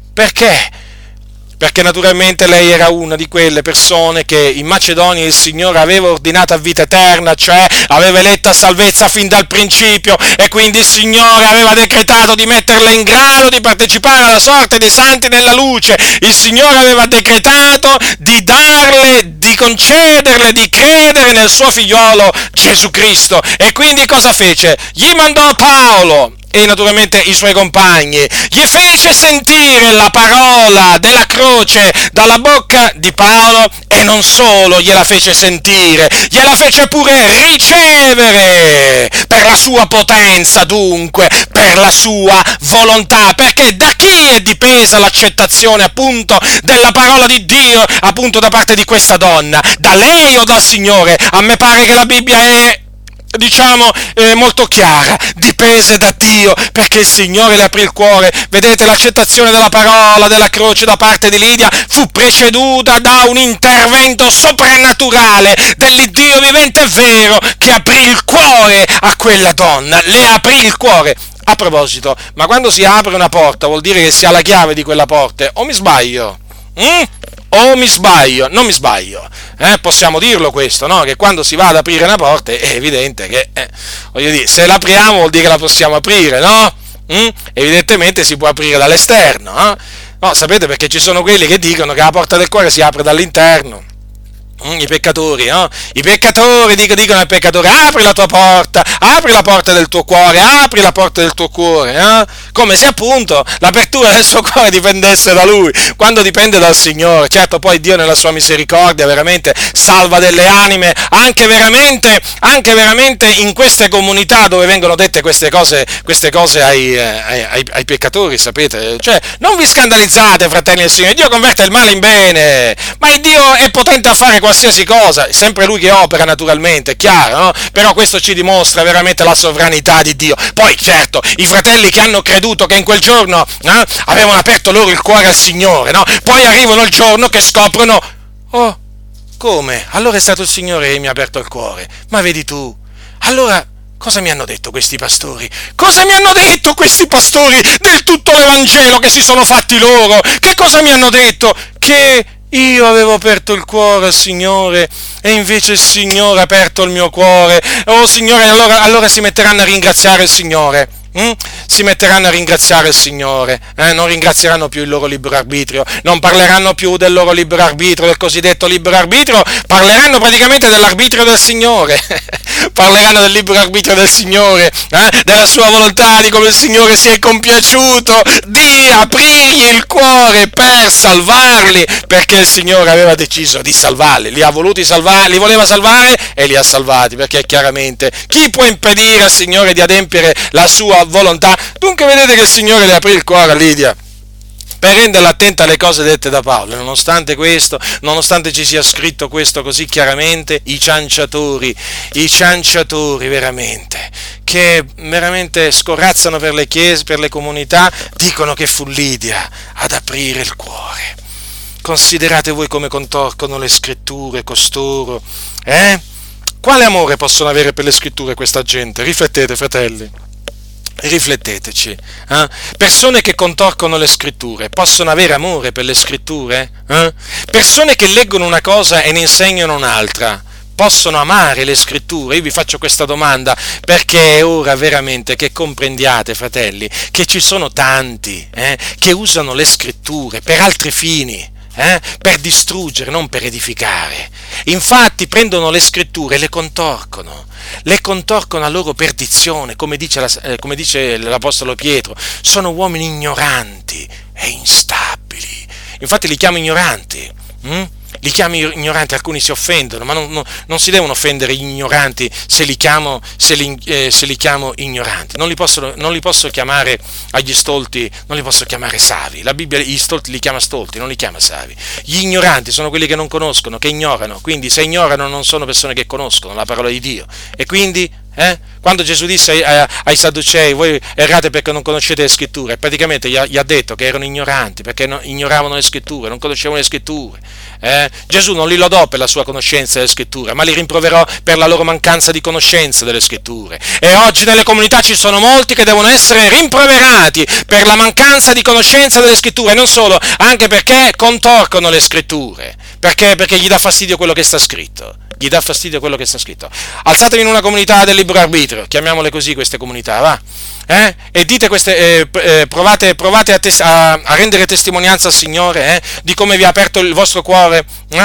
Perché naturalmente lei era una di quelle persone che in Macedonia il Signore aveva ordinato a vita eterna, cioè aveva eletta salvezza fin dal principio, e quindi il Signore aveva decretato di metterla in grado di partecipare alla sorte dei santi nella luce. Il Signore aveva decretato di darle, di concederle, di credere nel suo figliolo Gesù Cristo. E quindi cosa fece? Gli mandò Paolo e naturalmente i suoi compagni, gli fece sentire la parola della croce dalla bocca di Paolo, e non solo gliela fece sentire, gliela fece pure ricevere per la sua potenza, dunque per la sua volontà, perché da chi è dipesa l'accettazione appunto della parola di Dio appunto da parte di questa donna? Da lei o dal Signore? A me pare che la Bibbia è molto chiara: dipese da Dio, perché il Signore le aprì il cuore. Vedete, l'accettazione della parola della croce da parte di Lidia fu preceduta da un intervento soprannaturale dell'Iddio vivente e vero, che aprì il cuore a quella donna, le aprì il cuore. A proposito, ma quando si apre una porta vuol dire che si ha la chiave di quella porta, o mi sbaglio? O mi sbaglio? Non mi sbaglio. Possiamo dirlo questo, no? Che quando si va ad aprire una porta è evidente che, voglio dire, se l'apriamo vuol dire che la possiamo aprire, no? Evidentemente si può aprire dall'esterno, no? No, sapete, perché ci sono quelli che dicono che la porta del cuore si apre dall'interno. I peccatori, no? I peccatori dicono al peccatore: apri la tua porta, apri la porta del tuo cuore, apri la porta del tuo cuore, come se appunto l'apertura del suo cuore dipendesse da lui, quando dipende dal Signore. Certo, poi Dio nella sua misericordia veramente salva delle anime, anche veramente in queste comunità dove vengono dette queste cose ai peccatori, sapete? Cioè, non vi scandalizzate, fratelli del Signore, Dio converte il male in bene, ma il Dio è potente a fare qualsiasi cosa, è sempre Lui che opera, naturalmente, è chiaro, no? Però questo ci dimostra veramente la sovranità di Dio. Poi certo, i fratelli che hanno creduto che in quel giorno avevano aperto loro il cuore al Signore, no? Poi arrivano il giorno che scoprono: oh, come? Allora è stato il Signore che mi ha aperto il cuore. Ma vedi tu, allora cosa mi hanno detto questi pastori? Cosa mi hanno detto questi pastori del tutto l'Evangelo che si sono fatti loro? Che cosa mi hanno detto? Che io avevo aperto il cuore al Signore e invece il Signore ha aperto il mio cuore. Oh Signore, allora si metteranno a ringraziare il Signore. Si metteranno a ringraziare il Signore, non ringrazieranno più il loro libero arbitrio, non parleranno più del loro libero arbitrio, del cosiddetto libero arbitrio, parleranno praticamente dell'arbitrio del Signore, parleranno del libero arbitrio del Signore, della sua volontà, di come il Signore si è compiaciuto di aprirgli il cuore per salvarli, perché il Signore aveva deciso di salvarli, li ha voluti salvare, li voleva salvare e li ha salvati, perché chiaramente chi può impedire al Signore di adempiere la sua volontà? Dunque vedete che il Signore le aprì il cuore a Lidia per renderla attenta alle cose dette da Paolo. Nonostante questo, nonostante ci sia scritto questo così chiaramente, i cianciatori veramente, che veramente scorazzano per le chiese, per le comunità, dicono che fu Lidia ad aprire il cuore. Considerate voi come contorcono le scritture costoro, Quale amore possono avere per le scritture questa gente? Riflettete, fratelli, rifletteteci. Persone che contorcono le scritture possono avere amore per le scritture? Persone che leggono una cosa e ne insegnano un'altra possono amare le scritture? Io vi faccio questa domanda perché è ora veramente che comprendiate, fratelli, che ci sono tanti che usano le scritture per altri fini. Per distruggere, non per edificare. Infatti prendono le scritture e le contorcono a loro perdizione, come dice l'Apostolo Pietro. Sono uomini ignoranti e instabili. Infatti li chiamo ignoranti. Li chiamo ignoranti, alcuni si offendono, ma non si devono offendere gli ignoranti se li chiamo ignoranti. Non li posso chiamare agli stolti, non li posso chiamare savi. La Bibbia gli stolti li chiama stolti, non li chiama savi. Gli ignoranti sono quelli che non conoscono, che ignorano, quindi se ignorano non sono persone che conoscono la parola di Dio. E quindi quando Gesù disse ai Sadducei, voi errate perché non conoscete le scritture, praticamente gli ha detto che erano ignoranti perché ignoravano le scritture, non conoscevano le scritture. Gesù non li lodò per la sua conoscenza delle scritture, ma li rimproverò per la loro mancanza di conoscenza delle scritture. E oggi nelle comunità ci sono molti che devono essere rimproverati per la mancanza di conoscenza delle scritture, e non solo, anche perché contorcono le scritture, perché gli dà fastidio quello che sta scritto. Alzatevi in una comunità del libero arbitrio, chiamiamole così queste comunità, va? E dite provate a rendere testimonianza al Signore di come vi ha aperto il vostro cuore,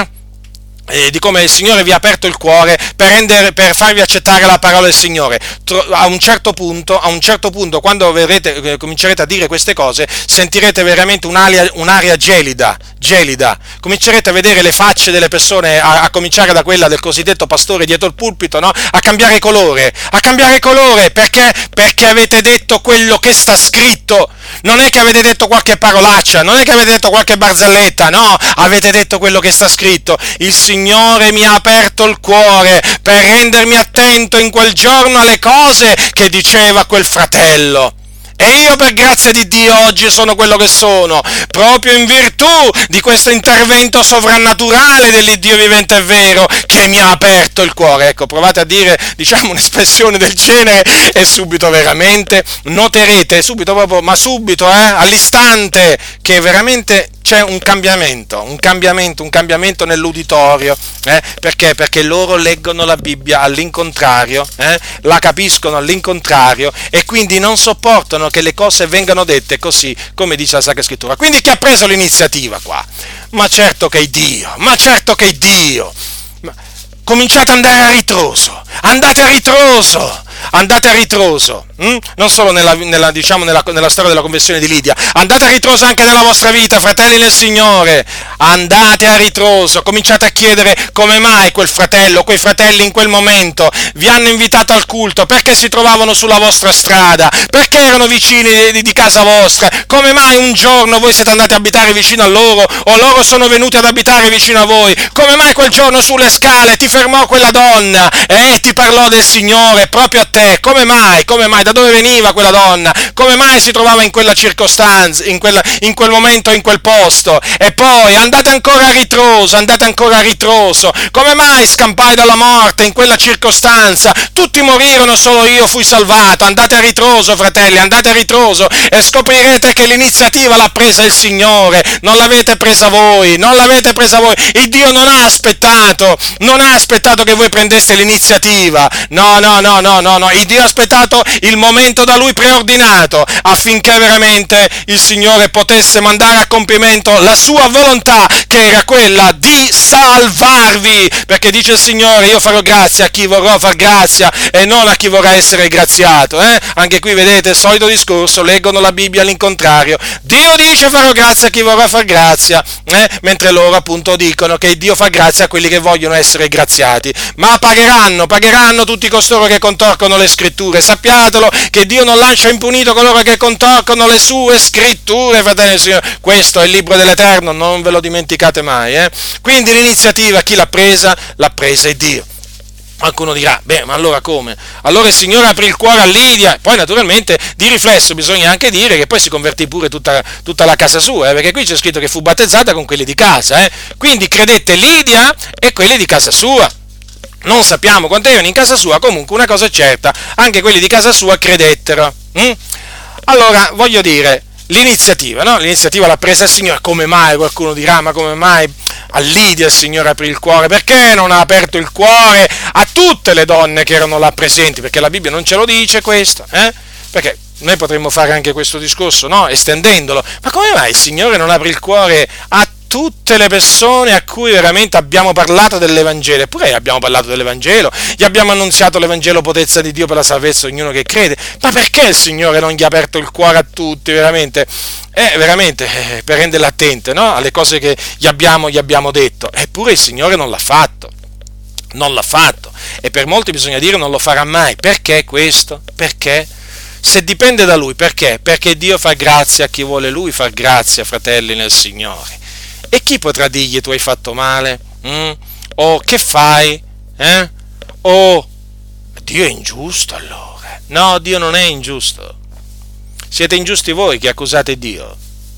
di come il Signore vi ha aperto il cuore per farvi accettare la parola del Signore. A un certo punto, quando comincerete a dire queste cose, sentirete veramente un'aria gelida. Comincerete a vedere le facce delle persone, a cominciare da quella del cosiddetto pastore dietro il pulpito, no? A cambiare colore, perché avete detto quello che sta scritto. Non è che avete detto qualche parolaccia, non è che avete detto qualche barzelletta, no, avete detto quello che sta scritto. Il Signore mi ha aperto il cuore per rendermi attento in quel giorno alle cose che diceva quel fratello. E io per grazia di Dio oggi sono quello che sono, proprio in virtù di questo intervento sovrannaturale dell'Iddio vivente e vero che mi ha aperto il cuore. Ecco, provate a dire, un'espressione del genere e subito veramente noterete, all'istante, che veramente c'è un cambiamento nell'uditorio, perché loro leggono la Bibbia all'incontrario, la capiscono all'incontrario e quindi non sopportano che le cose vengano dette così come dice la Sacra Scrittura. Quindi chi ha preso l'iniziativa qua? Ma certo che è Dio. Cominciate ad andare a ritroso, andate a ritroso, non solo nella storia della conversione di Lidia, andate a ritroso anche nella vostra vita, fratelli nel Signore, andate a ritroso, cominciate a chiedere come mai quei fratelli in quel momento vi hanno invitato al culto, perché si trovavano sulla vostra strada, perché erano vicini di casa vostra, come mai un giorno voi siete andati a abitare vicino a loro, o loro sono venuti ad abitare vicino a voi, come mai quel giorno sulle scale ti fermò quella donna e ti parlò del Signore proprio a te, come mai, da dove veniva quella donna, come mai si trovava in quella circostanza, in quel momento, in quel posto, e poi andate ancora a ritroso, come mai scampai dalla morte in quella circostanza, tutti morirono, solo io fui salvato. Andate a ritroso, fratelli, andate a ritroso e scoprirete che l'iniziativa l'ha presa il Signore, non l'avete presa voi, il Dio non ha aspettato che voi prendeste l'iniziativa, no, no, il Dio ha aspettato il momento da lui preordinato affinché veramente il Signore potesse mandare a compimento la sua volontà, che era quella di salvarvi, perché dice il Signore: io farò grazia a chi vorrò far grazia e non a chi vorrà essere graziato. Anche qui vedete il solito discorso, leggono la Bibbia all'incontrario. Dio dice: farò grazia a chi vorrà far grazia, mentre loro appunto dicono che Dio fa grazia a quelli che vogliono essere graziati. Ma pagheranno tutti costoro che contorcono le scritture. Sappiatelo che Dio non lascia impunito coloro che contorcono le sue scritture, fratelli del Signore. Questo è il libro dell'Eterno, non ve lo dimenticate mai. Quindi l'iniziativa chi l'ha presa? L'ha presa è Dio. Qualcuno dirà: beh, ma allora come? Allora il Signore aprì il cuore a Lidia. Poi naturalmente di riflesso bisogna anche dire che poi si convertì pure tutta la casa sua, perché qui c'è scritto che fu battezzata con quelli di casa. Quindi credette Lidia e quelli di casa sua. Non sappiamo quanto erano in casa sua, comunque una cosa è certa: anche quelli di casa sua credettero. Allora, voglio dire, l'iniziativa, no? L'iniziativa l'ha presa il Signore. Come mai? Qualcuno dirà: ma come mai a Lidia il Signore aprì il cuore? Perché non ha aperto il cuore a tutte le donne che erano là presenti? Perché la Bibbia non ce lo dice questo, Perché noi potremmo fare anche questo discorso, no? Estendendolo. Ma come mai il Signore non apre il cuore a tutte le persone a cui veramente abbiamo parlato dell'Evangelo? Eppure abbiamo parlato dell'Evangelo, gli abbiamo annunziato l'Evangelo, potenza di Dio per la salvezza di ognuno che crede. Ma perché il Signore non gli ha aperto il cuore a tutti, veramente? Per renderle attente, no? Alle cose che gli abbiamo detto. Eppure il Signore non l'ha fatto. Non l'ha fatto. E per molti bisogna dire non lo farà mai. Perché questo? Perché? Se dipende da Lui, perché? Perché Dio fa grazia a chi vuole Lui far grazia, fratelli nel Signore. E chi potrà dirgli: tu hai fatto male? O che fai? O Dio è ingiusto allora? No, Dio non è ingiusto. Siete ingiusti voi che accusate Dio.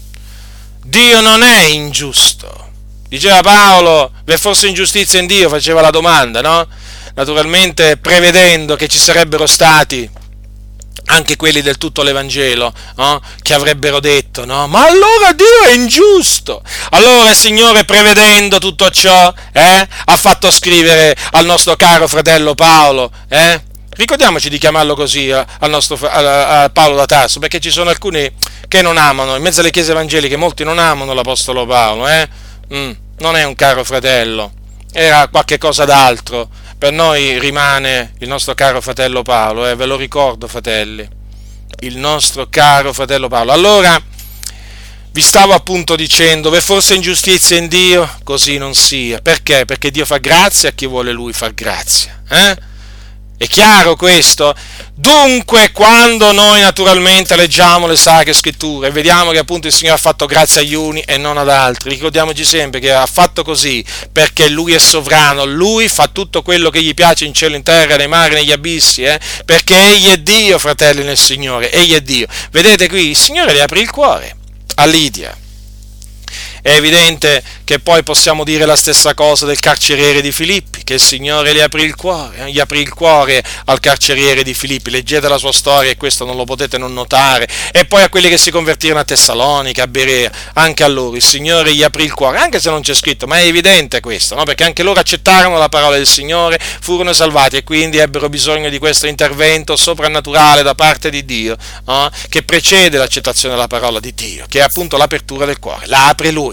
Dio non è ingiusto. Diceva Paolo: v'è forse ingiustizia in Dio? Faceva la domanda, no? Naturalmente prevedendo che ci sarebbero stati anche quelli del tutto l'Evangelo, no? Che avrebbero detto: no, ma allora Dio è ingiusto. Allora il Signore, prevedendo tutto ciò, ha fatto scrivere al nostro caro fratello Paolo, ricordiamoci di chiamarlo così, a Paolo da Tarso, perché ci sono alcuni che non amano, in mezzo alle chiese evangeliche molti non amano l'apostolo Paolo, non è un caro fratello, era qualche cosa d'altro. Per noi rimane il nostro caro fratello Paolo, ve lo ricordo, fratelli, il nostro caro fratello Paolo. Allora, vi stavo appunto dicendo: v'è forse ingiustizia in Dio? Così non sia. Perché? Perché Dio fa grazia a chi vuole Lui far grazia. È chiaro questo? Dunque, quando noi naturalmente leggiamo le Sacre Scritture e vediamo che appunto il Signore ha fatto grazia agli uni e non ad altri, ricordiamoci sempre che ha fatto così perché Lui è sovrano, Lui fa tutto quello che gli piace in cielo, in terra, nei mari, negli abissi, perché Egli è Dio, fratelli nel Signore, Egli è Dio. Vedete qui, il Signore le aprì il cuore a Lidia. È evidente che poi possiamo dire la stessa cosa del carceriere di Filippi, che il Signore gli aprì il cuore al carceriere di Filippi. Leggete la sua storia e questo non lo potete non notare. E poi a quelli che si convertirono a Tessalonica, a Berea, anche a loro il Signore gli aprì il cuore, anche se non c'è scritto, ma è evidente questo, no? Perché anche loro accettarono la parola del Signore, furono salvati e quindi ebbero bisogno di questo intervento soprannaturale da parte di Dio, no? Che precede l'accettazione della parola di Dio, che è appunto l'apertura del cuore. La apre Lui.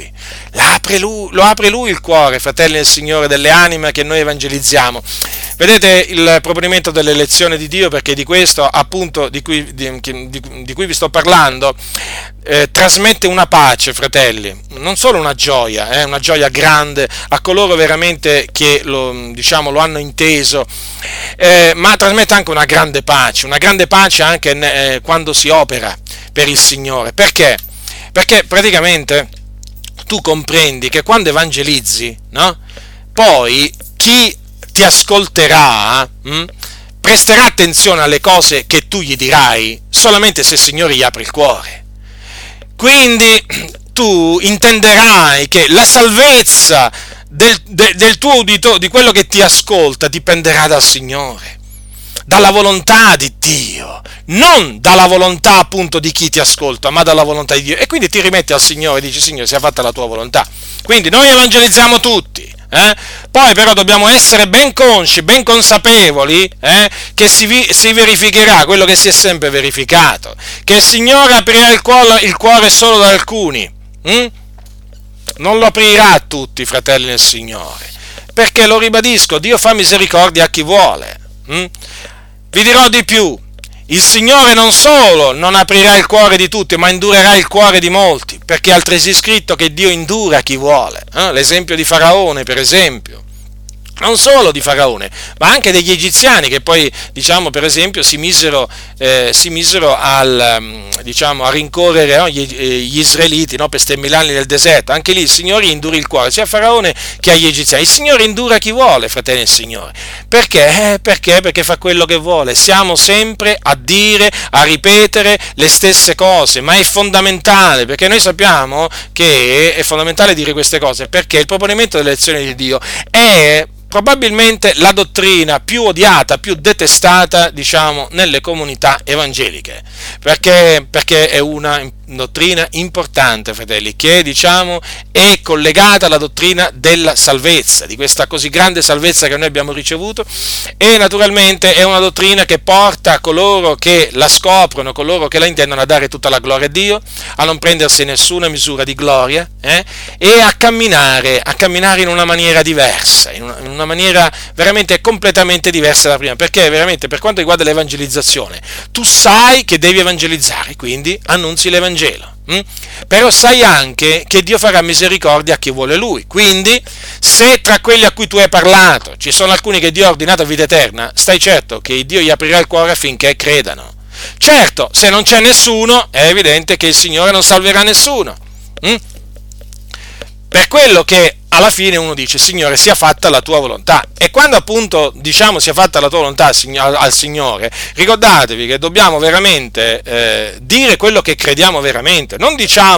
Lo apre Lui il cuore, fratelli del Signore, delle anime che noi evangelizziamo. Vedete il proponimento dell'elezione di Dio, perché di questo appunto di cui vi sto parlando, trasmette una pace, fratelli, non solo una gioia grande a coloro veramente che lo hanno inteso, ma trasmette anche una grande pace anche quando si opera per il Signore. Perché? Perché praticamente tu comprendi che quando evangelizzi, no? Poi chi ti ascolterà presterà attenzione alle cose che tu gli dirai solamente se il Signore gli apre il cuore. Quindi tu intenderai che la salvezza del tuo uditore, di quello che ti ascolta, dipenderà dal Signore, dalla volontà di Dio, non dalla volontà appunto di chi ti ascolta, ma dalla volontà di Dio. E quindi ti rimetti al Signore e dici: Signore, sia fatta la tua volontà. Quindi noi evangelizziamo tutti, Poi però dobbiamo essere ben consci, ben consapevoli che si verificherà quello che si è sempre verificato, che il Signore aprirà il cuore solo ad alcuni, non lo aprirà a tutti, fratelli nel Signore, perché, lo ribadisco, Dio fa misericordia a chi vuole. Vi dirò di più: il Signore non solo non aprirà il cuore di tutti, ma indurerà il cuore di molti, perché è altresì scritto che Dio indura chi vuole. L'esempio di Faraone, per esempio. Non solo di Faraone, ma anche degli egiziani, che poi, per esempio, si misero a rincorrere, no, gli israeliti, no, per 3.000 anni nel deserto. Anche lì il Signore indura il cuore, sia a Faraone che agli egiziani. Il Signore indura chi vuole, fratelli del Signore. Perché? Perché fa quello che vuole. Siamo sempre a dire, a ripetere le stesse cose, ma è fondamentale, perché noi sappiamo che è fondamentale dire queste cose, perché il proponimento dell'elezione di Dio è probabilmente la dottrina più odiata, più detestata, nelle comunità evangeliche, perché è una dottrina importante, fratelli, che è collegata alla dottrina della salvezza, di questa così grande salvezza che noi abbiamo ricevuto, e naturalmente è una dottrina che porta a coloro che la scoprono, coloro che la intendono, a dare tutta la gloria a Dio, a non prendersi nessuna misura di gloria, e a camminare in una maniera diversa, in una maniera veramente completamente diversa da prima, perché veramente, per quanto riguarda l'evangelizzazione, tu sai che devi evangelizzare, quindi annunzi l'Evangelo. Però sai anche che Dio farà misericordia a chi vuole Lui. Quindi, se tra quelli a cui tu hai parlato ci sono alcuni che Dio ha ordinato vita eterna, stai certo che Dio gli aprirà il cuore affinché credano. Certo, se non c'è nessuno, è evidente che il Signore non salverà nessuno. Per quello che alla fine uno dice: Signore, sia fatta la tua volontà. E quando appunto sia fatta la tua volontà al Signore, ricordatevi che dobbiamo veramente dire quello che crediamo veramente. Non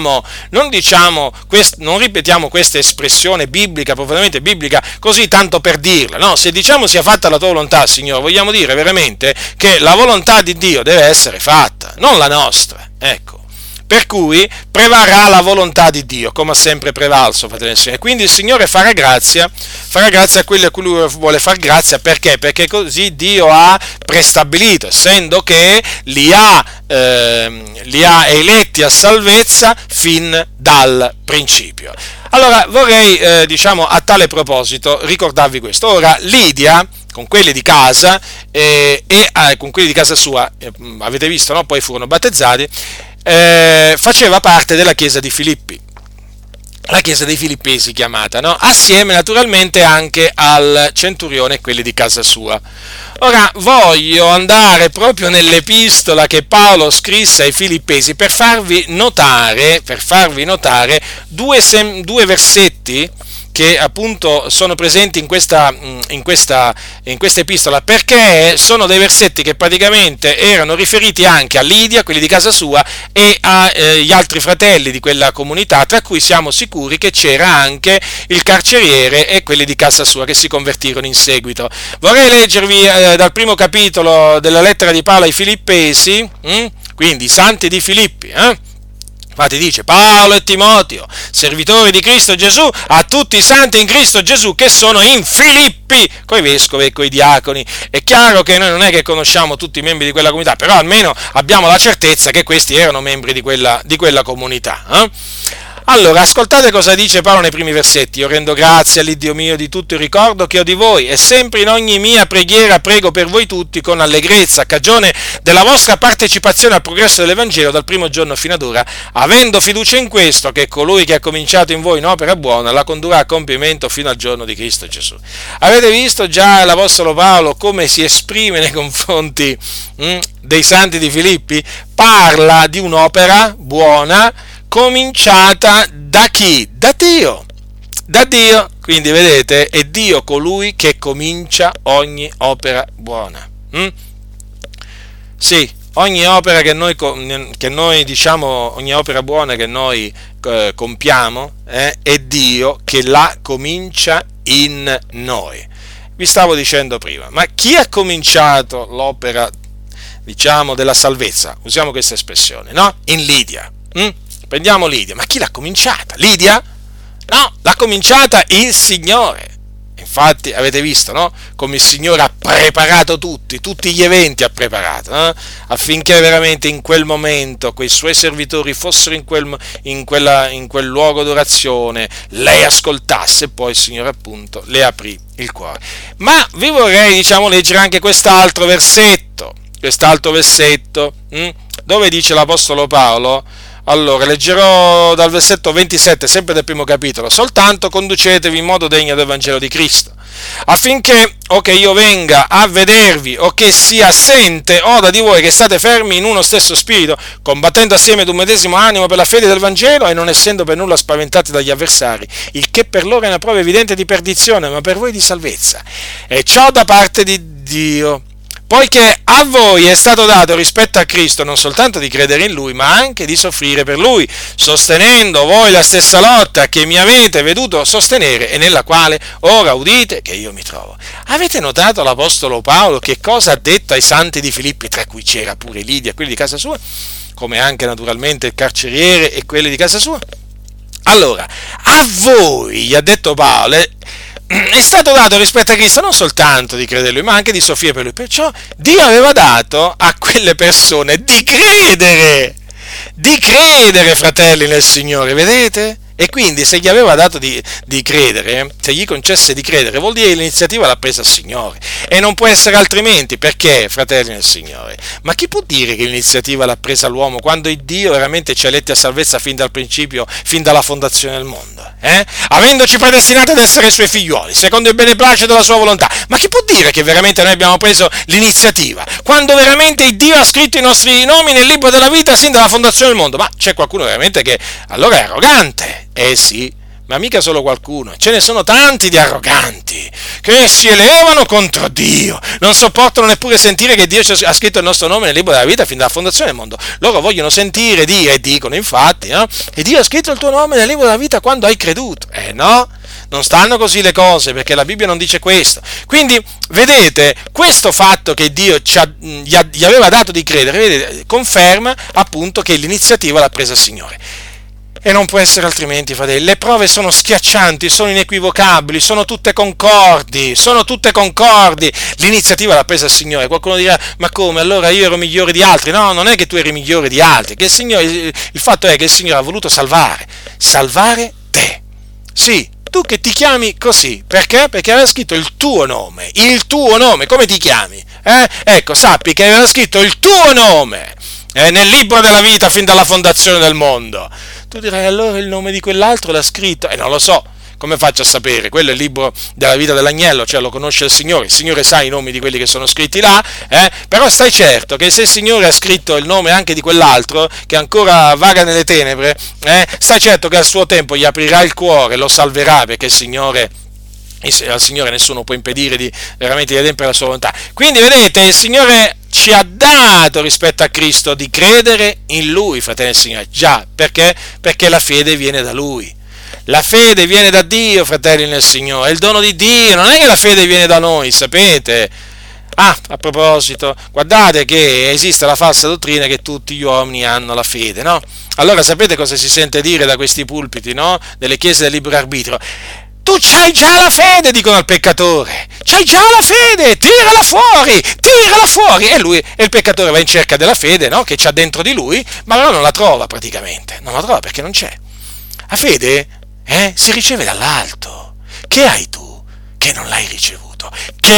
ripetiamo questa espressione biblica, profondamente biblica, così tanto per dirla. No, se diciamo sia fatta la tua volontà, Signore, vogliamo dire veramente che la volontà di Dio deve essere fatta, non la nostra. Ecco. Per cui prevarrà la volontà di Dio, come ha sempre prevalso, fratelli del Signore. Quindi il Signore farà grazia a quelli a cui Lui vuole far grazia. Perché? Perché così Dio ha prestabilito, essendo che li ha eletti a salvezza fin dal principio. Allora vorrei, a tale proposito, ricordarvi questo. Ora, Lidia, con quelli di casa con quelli di casa sua, avete visto, no? Poi furono battezzati. Faceva parte della chiesa di Filippi, la chiesa dei Filippesi chiamata, no? Assieme naturalmente anche al centurione e quelli di casa sua. Ora voglio andare proprio nell'epistola che Paolo scrisse ai Filippesi per farvi notare due versetti che appunto sono presenti in questa epistola, perché sono dei versetti che praticamente erano riferiti anche a Lidia, quelli di casa sua, e agli altri fratelli di quella comunità, tra cui siamo sicuri che c'era anche il carceriere e quelli di casa sua che si convertirono in seguito. Vorrei leggervi dal primo capitolo della lettera di Paolo ai Filippesi, quindi i santi di Filippi, Infatti dice: Paolo e Timoteo, servitori di Cristo Gesù, a tutti i santi in Cristo Gesù che sono in Filippi, coi vescovi e coi diaconi. È chiaro che noi non è che conosciamo tutti i membri di quella comunità, però almeno abbiamo la certezza che questi erano membri di quella comunità. Allora, ascoltate cosa dice Paolo nei primi versetti. Io rendo grazie all'Iddio mio di tutto il ricordo che ho di voi, e sempre in ogni mia preghiera prego per voi tutti con allegrezza, a cagione della vostra partecipazione al progresso dell'Evangelo dal primo giorno fino ad ora, avendo fiducia in questo, che colui che ha cominciato in voi un'opera buona la condurrà a compimento fino al giorno di Cristo Gesù. Avete visto già l'Apostolo Paolo come si esprime nei confronti dei santi di Filippi? Parla di un'opera buona cominciata da chi? Da Dio. Da Dio. Quindi vedete, è Dio colui che comincia ogni opera buona. Sì, ogni opera che noi ogni opera buona che noi compiamo, è Dio che la comincia in noi. Vi stavo dicendo prima, ma chi ha cominciato l'opera, della salvezza? Usiamo questa espressione, no? In Lidia. Prendiamo Lidia, ma chi l'ha cominciata? Lidia? No, l'ha cominciata il Signore. Infatti avete visto, no? Come il Signore ha preparato tutti gli eventi ha preparato, affinché veramente in quel momento quei suoi servitori fossero in quel luogo d'orazione, lei ascoltasse e poi il Signore appunto le aprì il cuore. Ma vi vorrei, leggere anche quest'altro versetto, dove dice l'Apostolo Paolo. Allora, leggerò dal versetto 27, sempre del primo capitolo: soltanto conducetevi in modo degno del Vangelo di Cristo, affinché o che io venga a vedervi o che sia assente o da di voi, che state fermi in uno stesso spirito, combattendo assieme ad un medesimo animo per la fede del Vangelo, e non essendo per nulla spaventati dagli avversari, il che per loro è una prova evidente di perdizione, ma per voi di salvezza, e ciò da parte di Dio. Poiché a voi è stato dato rispetto a Cristo non soltanto di credere in Lui, ma anche di soffrire per Lui, sostenendo voi la stessa lotta che mi avete veduto sostenere e nella quale ora udite che io mi trovo. Avete notato l'Apostolo Paolo che cosa ha detto ai santi di Filippi, tra cui c'era pure Lidia, quelli di casa sua, come anche naturalmente il carceriere e quelli di casa sua? Allora, a voi, gli ha detto Paolo, è stato dato rispetto a Cristo non soltanto di credere in Lui, ma anche di soffrire per Lui. Perciò Dio aveva dato a quelle persone di credere, fratelli nel Signore, vedete? E quindi se gli aveva dato di credere, se gli concesse di credere, vuol dire che l'iniziativa l'ha presa il Signore. E non può essere altrimenti. Perché, fratelli nel Signore? Ma chi può dire che l'iniziativa l'ha presa l'uomo, quando il Dio veramente ci ha eletti a salvezza fin dal principio, fin dalla fondazione del mondo? Avendoci predestinati ad essere Suoi figlioli, secondo il beneplacito della Sua volontà. Ma chi può dire che veramente noi abbiamo preso l'iniziativa, quando veramente il Dio ha scritto i nostri nomi nel libro della vita sin dalla fondazione del mondo? Ma c'è qualcuno veramente che allora è arrogante? Sì, ma mica solo qualcuno, ce ne sono tanti di arroganti che si elevano contro Dio, non sopportano neppure sentire che Dio ha scritto il nostro nome nel libro della vita fin dalla fondazione del mondo. Loro vogliono sentire dire, e dicono infatti, e Dio ha scritto il tuo nome nel libro della vita quando hai creduto. No, non stanno così le cose, perché la Bibbia non dice questo. Quindi vedete, questo fatto che Dio gli aveva dato di credere, vedete, conferma appunto che l'iniziativa l'ha presa il Signore. E non può essere altrimenti, fratelli. Le prove sono schiaccianti, sono inequivocabili, sono tutte concordi. L'iniziativa l'ha presa il Signore. Qualcuno dirà, ma come? Allora io ero migliore di altri? No, non è che tu eri migliore di altri, che il fatto è che il Signore ha voluto salvare te. Sì, tu che ti chiami così. Perché? Perché aveva scritto il tuo nome, come ti chiami? Ecco, sappi che aveva scritto il tuo nome nel libro della vita fin dalla fondazione del mondo. Tu dirai, allora il nome di quell'altro l'ha scritto? Non lo so, come faccio a sapere? Quello è il libro della vita dell'agnello, cioè lo conosce il Signore sa i nomi di quelli che sono scritti là, però stai certo che se il Signore ha scritto il nome anche di quell'altro, che ancora vaga nelle tenebre, stai certo che al suo tempo gli aprirà il cuore, lo salverà, perché al Signore nessuno può impedire veramente di adempiere la sua volontà. Quindi vedete, il Signore ci ha dato rispetto a Cristo di credere in Lui, fratelli del Signore. Già, perché? Perché la fede viene da Lui. La fede viene da Dio, fratelli nel Signore, è il dono di Dio, non è che la fede viene da noi, sapete? A proposito, guardate che esiste la falsa dottrina che tutti gli uomini hanno la fede, no? Allora sapete cosa si sente dire da questi pulpiti, no? Delle chiese del libero arbitrio? Tu c'hai già la fede, dicono al peccatore, c'hai già la fede, tirala fuori, e il peccatore va in cerca della fede, no? Che c'ha dentro di lui, ma non la trova praticamente, non la trova perché non c'è. La fede, si riceve dall'alto. Che hai tu che non l'hai ricevuto?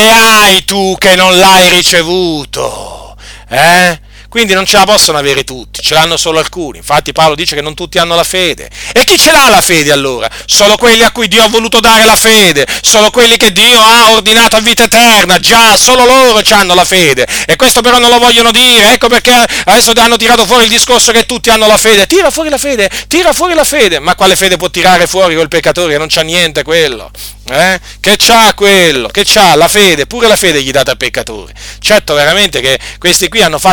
Quindi non ce la possono avere tutti, ce l'hanno solo alcuni. Infatti Paolo dice che non tutti hanno la fede. E chi ce l'ha la fede allora? Solo quelli a cui Dio ha voluto dare la fede, solo quelli che Dio ha ordinato a vita eterna, già, solo loro hanno la fede. E questo però non lo vogliono dire, ecco perché adesso hanno tirato fuori il discorso che tutti hanno la fede. Tira fuori la fede, ma quale fede può tirare fuori quel peccatore che non c'ha niente quello? Che c'ha quello? Che c'ha la fede? Pure la fede gli date al peccatore. Certo, veramente che questi qui hanno fatto dei danni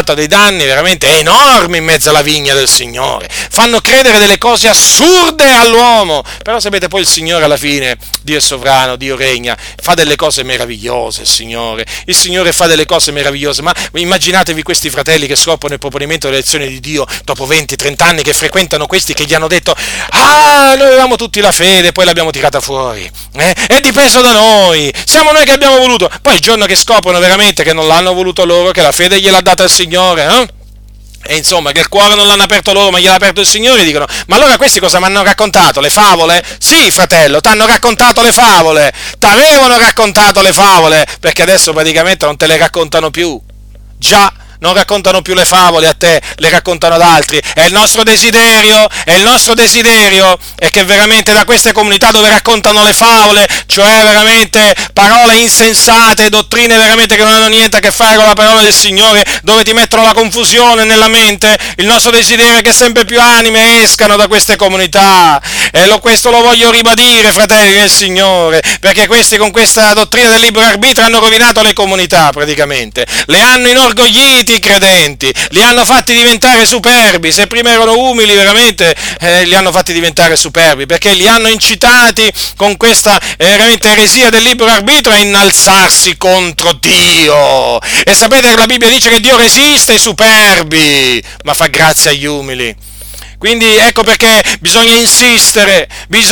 anni veramente enormi in mezzo alla vigna del Signore, fanno credere delle cose assurde all'uomo, però sapete poi il Signore alla fine, Dio è sovrano, Dio regna, fa delle cose meravigliose il Signore fa delle cose meravigliose, ma immaginatevi questi fratelli che scoprono il proponimento delle lezioni di Dio dopo 20-30 anni, che frequentano questi che gli hanno detto: ah, noi avevamo tutti la fede, poi l'abbiamo tirata fuori, è dipeso da noi, siamo noi che abbiamo voluto, poi il giorno che scoprono veramente che non l'hanno voluto loro, che la fede gliel'ha data il Signore, e insomma che il cuore non l'hanno aperto loro ma gliel'ha aperto il Signore, dicono: ma allora questi cosa mi hanno raccontato? Le favole? Sì, fratello, t'hanno raccontato le favole, t'avevano raccontato le favole, perché adesso praticamente non te le raccontano più, già. Non raccontano più le favole a te, le raccontano ad altri. E il nostro desiderio è che veramente da queste comunità dove raccontano le favole, cioè veramente parole insensate, dottrine veramente che non hanno niente a che fare con la parola del Signore, dove ti mettono la confusione nella mente, il nostro desiderio è che sempre più anime escano da queste comunità. E questo lo voglio ribadire, fratelli del Signore, perché questi con questa dottrina del libero arbitrio hanno rovinato le comunità praticamente, le hanno inorgogliti i credenti, li hanno fatti diventare superbi. Se prima erano umili veramente li hanno fatti diventare superbi, perché li hanno incitati con questa veramente eresia del libero arbitrio a innalzarsi contro Dio. E sapete che la Bibbia dice che Dio resiste ai superbi ma fa grazia agli umili. Quindi ecco perché bisogna insistere,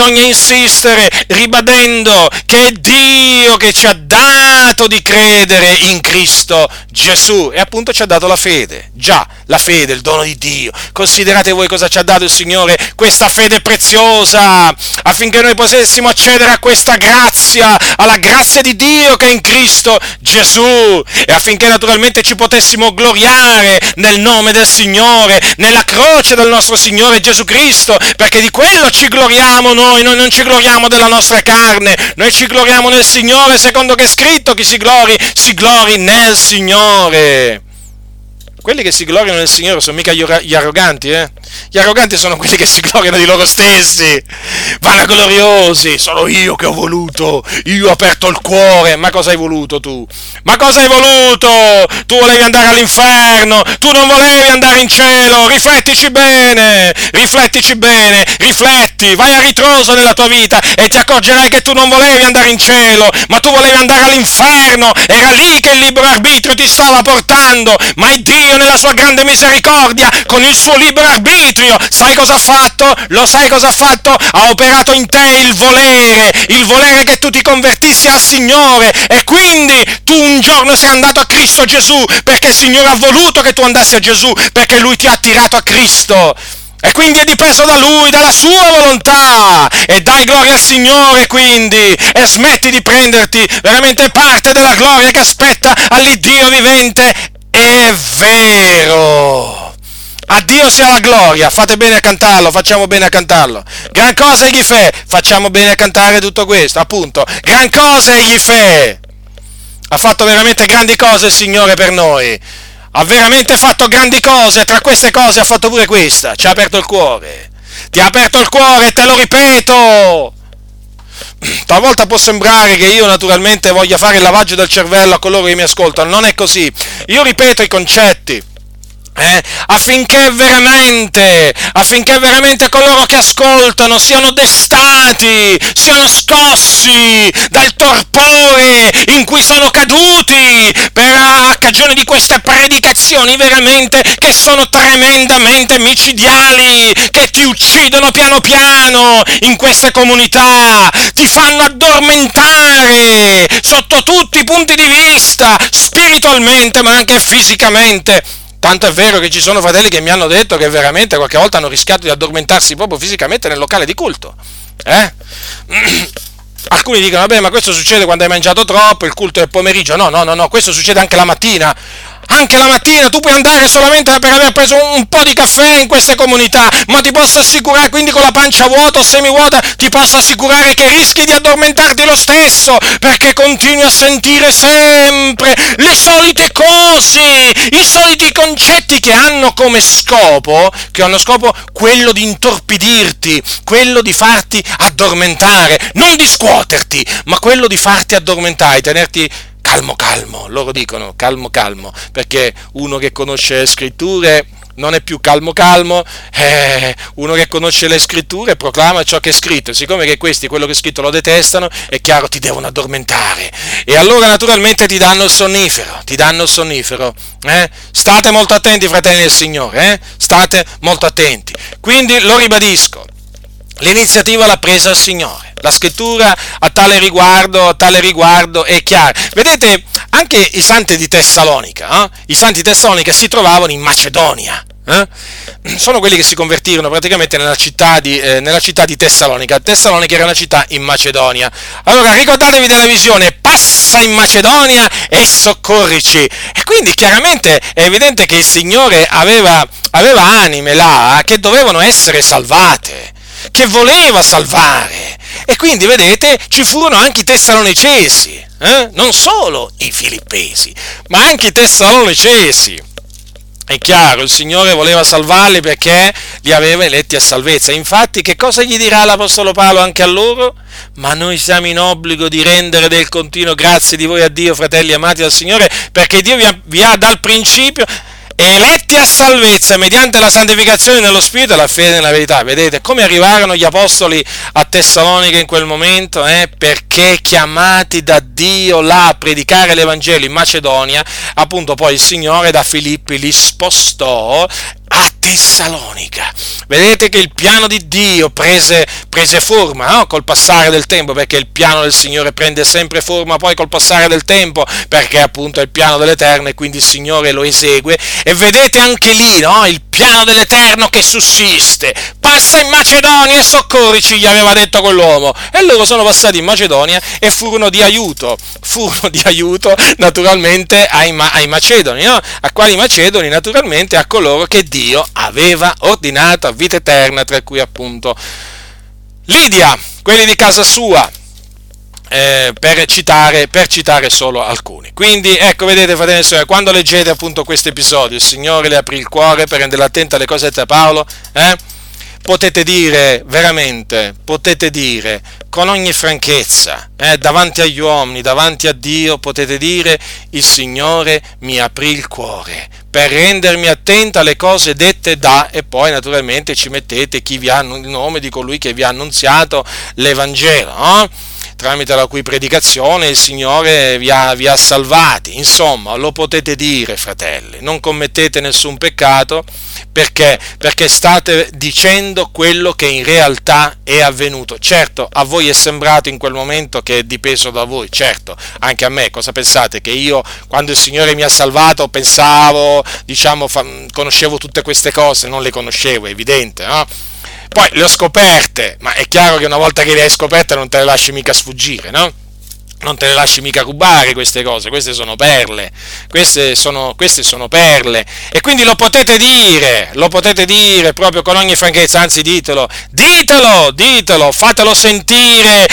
ribadendo che è Dio che ci ha dato di credere in Cristo Gesù, e appunto ci ha dato la fede, già, la fede, il dono di Dio. Considerate voi cosa ci ha dato il Signore, questa fede preziosa, affinché noi potessimo accedere a questa grazia, alla grazia di Dio che è in Cristo Gesù, e affinché naturalmente ci potessimo gloriare nel nome del Signore, nella croce del nostro Signore Gesù Cristo, perché di quello ci gloriamo noi non ci gloriamo della nostra carne, noi ci gloriamo nel Signore, secondo che è scritto: chi si glori nel Signore. Quelli che si gloriano nel Signore sono mica gli arroganti, Gli arroganti sono quelli che si gloriano di loro stessi, vanagloriosi. Sono io che ho voluto, io ho aperto il cuore. Ma cosa hai voluto tu? Ma cosa hai voluto? Tu volevi andare all'inferno, tu non volevi andare in cielo. Riflettici bene, rifletti, vai a ritroso nella tua vita e ti accorgerai che tu non volevi andare in cielo, ma tu volevi andare all'inferno. Era lì che il libero arbitrio ti stava portando, ma il Dio nella sua grande misericordia, con il suo libero arbitrio, sai cosa ha fatto? Lo sai cosa ha fatto? Ha operato in te il volere che tu ti convertissi al Signore, e quindi tu un giorno sei andato a Cristo Gesù, perché il Signore ha voluto che tu andassi a Gesù, perché Lui ti ha attirato a Cristo. E quindi è dipeso da Lui, dalla sua volontà, e dai gloria al Signore quindi, e smetti di prenderti veramente parte della gloria che aspetta all'Iddio vivente. È vero! A Dio sia la gloria, fate bene a cantarlo, facciamo bene a cantarlo. Gran cosa egli fe, facciamo bene a cantare tutto questo, appunto. Gran cosa egli fe. Ha fatto veramente grandi cose il Signore per noi. Ha veramente fatto grandi cose, tra queste cose ha fatto pure questa, ci ha aperto il cuore. Ti ha aperto il cuore, te lo ripeto. Talvolta può sembrare che io naturalmente voglia fare il lavaggio del cervello a coloro che mi ascoltano, non è così. Io ripeto i concetti. Affinché veramente coloro che ascoltano siano destati, siano scossi dal torpore in cui sono caduti a cagione di queste predicazioni veramente che sono tremendamente micidiali, che ti uccidono piano piano in queste comunità, ti fanno addormentare sotto tutti i punti di vista, spiritualmente ma anche fisicamente. Tanto è vero che ci sono fratelli che mi hanno detto che veramente qualche volta hanno rischiato di addormentarsi proprio fisicamente nel locale di culto. Alcuni dicono: vabbè, ma questo succede quando hai mangiato troppo, il culto è il pomeriggio. No, questo succede anche la mattina. Anche la mattina tu puoi andare solamente per aver preso un po' di caffè in queste comunità, ma ti posso assicurare, quindi con la pancia vuota o semivuota, ti posso assicurare che rischi di addormentarti lo stesso, perché continui a sentire sempre le solite cose, i soliti concetti che hanno scopo quello di intorpidirti, quello di farti addormentare, non di scuoterti, ma quello di farti addormentare, tenerti calmo, calmo, loro dicono calmo, calmo, perché uno che conosce le scritture non è più calmo calmo, uno che conosce le scritture proclama ciò che è scritto, siccome che questi quello che è scritto lo detestano, è chiaro ti devono addormentare, e allora naturalmente ti danno il sonnifero, State molto attenti, fratelli del Signore, state molto attenti, quindi lo ribadisco, l'iniziativa l'ha presa il Signore. La scrittura a tale riguardo è chiara. Vedete, anche i santi di Tessalonica, i santi di Tessalonica si trovavano in Macedonia. Sono quelli che si convertirono praticamente nella città di Tessalonica. Tessalonica era una città in Macedonia. Allora ricordatevi della visione: passa in Macedonia e soccorrici. E quindi chiaramente è evidente che il Signore aveva anime là che dovevano essere salvate, che voleva salvare, e quindi vedete ci furono anche i tessalonicesi, non solo i filippesi, ma anche i tessalonicesi. È chiaro, il Signore voleva salvarli perché li aveva eletti a salvezza. Infatti, che cosa gli dirà l'Apostolo Paolo anche a loro? Ma noi siamo in obbligo di rendere del continuo grazie di voi a Dio, fratelli amati dal Signore, perché Dio vi ha dal principio eletti a salvezza mediante la santificazione nello Spirito e la fede nella verità. Vedete come arrivarono gli apostoli a Tessalonica in quel momento? Perché chiamati da Dio là a predicare l'Evangelo in Macedonia, appunto poi il Signore da Filippi li spostò a Tessalonica. Vedete che il piano di Dio prese forma, no? Col passare del tempo, perché il piano del Signore prende sempre forma poi col passare del tempo, perché appunto è il piano dell'Eterno e quindi il Signore lo esegue. E vedete anche lì, no? Il piano dell'Eterno che sussiste. Passa in Macedonia e soccorrici, gli aveva detto quell'uomo. E loro sono passati in Macedonia e furono di aiuto naturalmente ai Macedoni, no? A quali Macedoni? Naturalmente a coloro che Dio aveva ordinato a vita eterna, tra cui appunto Lidia, quelli di casa sua, per citare solo alcuni. Quindi ecco, vedete, fratelli e sorelle, quando leggete appunto questo episodio, il Signore le aprì il cuore per rendere attento alle cose dette da Paolo, potete dire con ogni franchezza, davanti agli uomini, davanti a Dio, potete dire: il Signore mi aprì il cuore per rendermi attento alle cose dette da, e poi naturalmente ci mettete il nome di colui che vi ha annunziato l'Evangelo, no? Tramite la cui predicazione il Signore vi ha salvati. Insomma, lo potete dire, fratelli, non commettete nessun peccato, perché state dicendo quello che in realtà è avvenuto. Certo, a voi è sembrato in quel momento che è dipeso da voi, certo, anche a me. Cosa pensate? Che io, quando il Signore mi ha salvato, pensavo, conoscevo tutte queste cose? Non le conoscevo, è evidente, no? Poi le ho scoperte, ma è chiaro che una volta che le hai scoperte non te le lasci mica sfuggire, no? Non te le lasci mica rubare queste cose, queste sono perle, queste sono perle, e quindi lo potete dire proprio con ogni franchezza, anzi ditelo, fatelo sentire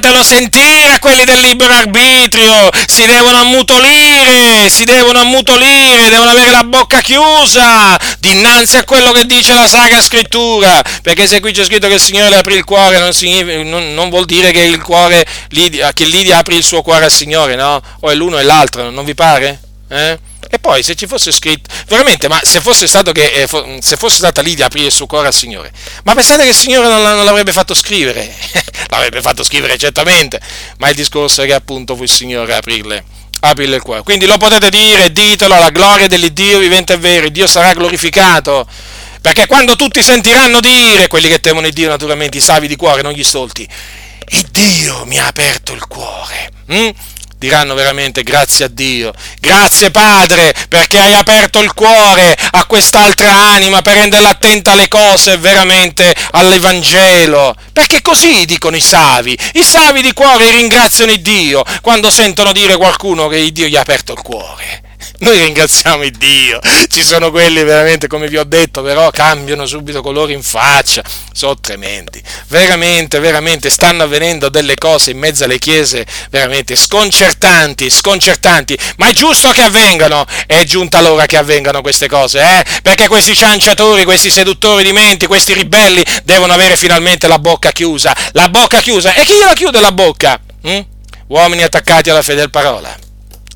a quelli del libero arbitrio, si devono ammutolire, devono avere la bocca chiusa dinanzi a quello che dice la Sacra Scrittura, perché se qui c'è scritto che il Signore le aprì il cuore, non vuol dire che il cuore, che Lidia apri il suo cuore al Signore, no? O è l'uno e l'altro, non vi pare? E poi se ci fosse scritto, veramente, ma se fosse stata Lidia a aprire il suo cuore al Signore, ma pensate che il Signore non l'avrebbe fatto scrivere? L'avrebbe fatto scrivere certamente, ma il discorso è che appunto fu il Signore a aprirle il cuore. Quindi lo potete dire, ditelo, alla gloria dell'Iddio vivente e vero, Dio sarà glorificato, perché quando tutti sentiranno dire, quelli che temono il Dio naturalmente, i savi di cuore, non gli stolti, il Dio mi ha aperto il cuore, diranno veramente: grazie a Dio, grazie Padre, perché hai aperto il cuore a quest'altra anima per renderla attenta alle cose, veramente all'Evangelo, perché così dicono i savi di cuore ringraziano il Dio quando sentono dire qualcuno che il Dio gli ha aperto il cuore. Noi ringraziamo il Dio. Ci sono quelli veramente, come vi ho detto, però cambiano subito colore in faccia, sono tremendi, veramente stanno avvenendo delle cose in mezzo alle chiese veramente sconcertanti, ma è giusto che avvengano, è giunta l'ora che avvengano queste cose, perché questi cianciatori, questi seduttori di menti, questi ribelli devono avere finalmente la bocca chiusa, e chi gliela chiude la bocca? Uomini attaccati alla fedel parola.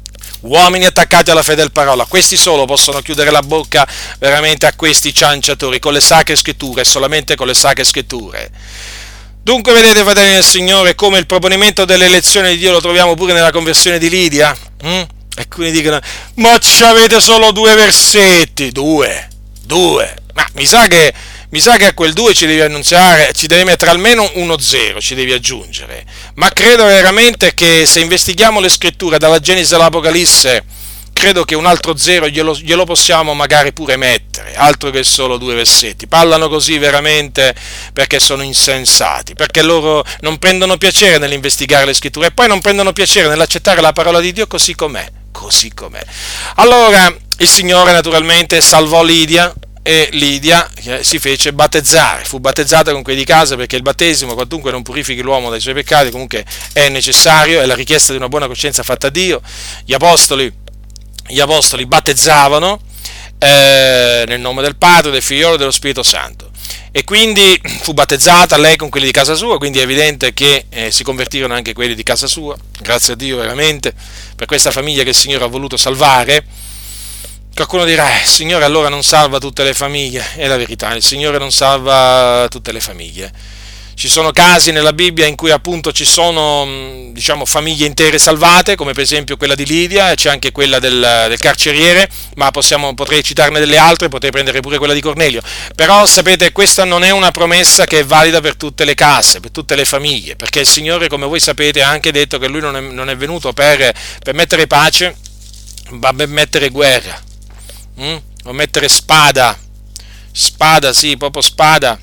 Uomini attaccati alla fedel parola, questi solo possono chiudere la bocca veramente a questi cianciatori, con le sacre scritture, solamente con le sacre scritture. Dunque vedete, fratelli del Signore, come il proponimento dell'elezione di Dio lo troviamo pure nella conversione di Lidia? Alcuni dicono, ma ci avete solo 2 versetti, due, ma mi sa che a quel 2 ci devi annunziare, ci devi mettere almeno uno 0, ci devi aggiungere, ma credo veramente che se investighiamo le scritture dalla Genesi all'Apocalisse, credo che un altro 0 glielo possiamo magari pure mettere, altro che solo 2 versetti. Parlano così veramente perché sono insensati, perché loro non prendono piacere nell'investigare le scritture e poi non prendono piacere nell'accettare la parola di Dio così com'è. Allora il Signore naturalmente salvò Lidia, e Lidia si fece battezzare, fu battezzata con quei di casa, perché il battesimo, quantunque non purifichi l'uomo dai suoi peccati, comunque è necessario, è la richiesta di una buona coscienza fatta a Dio. Gli apostoli battezzavano nel nome del Padre, del Figliolo e dello Spirito Santo, e quindi fu battezzata lei con quelli di casa sua, quindi è evidente che si convertirono anche quelli di casa sua, grazie a Dio veramente per questa famiglia che il Signore ha voluto salvare. Qualcuno dirà, Signore allora non salva tutte le famiglie. È la verità, il Signore non salva tutte le famiglie. Ci sono casi nella Bibbia in cui appunto ci sono, famiglie intere salvate, come per esempio quella di Lidia, e c'è anche quella del carceriere, ma potrei citarne delle altre, potrei prendere pure quella di Cornelio. Però sapete, questa non è una promessa che è valida per tutte le case, per tutte le famiglie, perché il Signore, come voi sapete, ha anche detto che Lui non è venuto per mettere pace, ma per mettere guerra. O mettere spada, sì, proprio spada,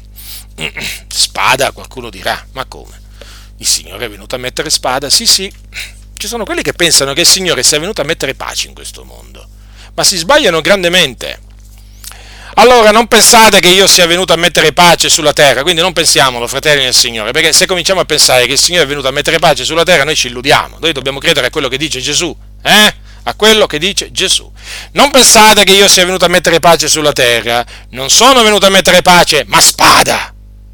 qualcuno dirà, ma come? Il Signore è venuto a mettere spada? Sì, ci sono quelli che pensano che il Signore sia venuto a mettere pace in questo mondo, ma si sbagliano grandemente. Allora non pensate che io sia venuto a mettere pace sulla terra, quindi non pensiamolo, fratelli del Signore, perché se cominciamo a pensare che il Signore è venuto a mettere pace sulla terra, noi ci illudiamo, noi dobbiamo credere a quello che dice Gesù, a quello che dice Gesù. Non pensate che io sia venuto a mettere pace sulla terra, non sono venuto a mettere pace, ma spada.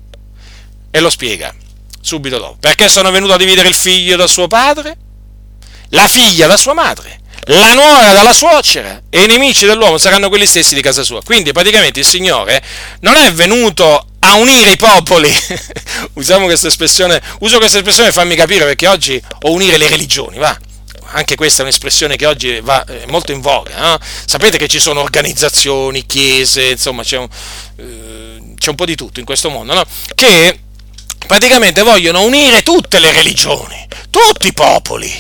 E lo spiega subito dopo. Perché sono venuto a dividere il figlio da suo padre, la figlia da sua madre, la nuora dalla suocera, e i nemici dell'uomo saranno quelli stessi di casa sua. Quindi praticamente il Signore non è venuto a unire i popoli. Uso questa espressione per farmi capire, perché oggi o unire le religioni, va. Anche questa è un'espressione che oggi va molto in voga, no? Sapete che ci sono organizzazioni, chiese, insomma c'è un po' di tutto in questo mondo, no? Che praticamente vogliono unire tutte le religioni, tutti i popoli.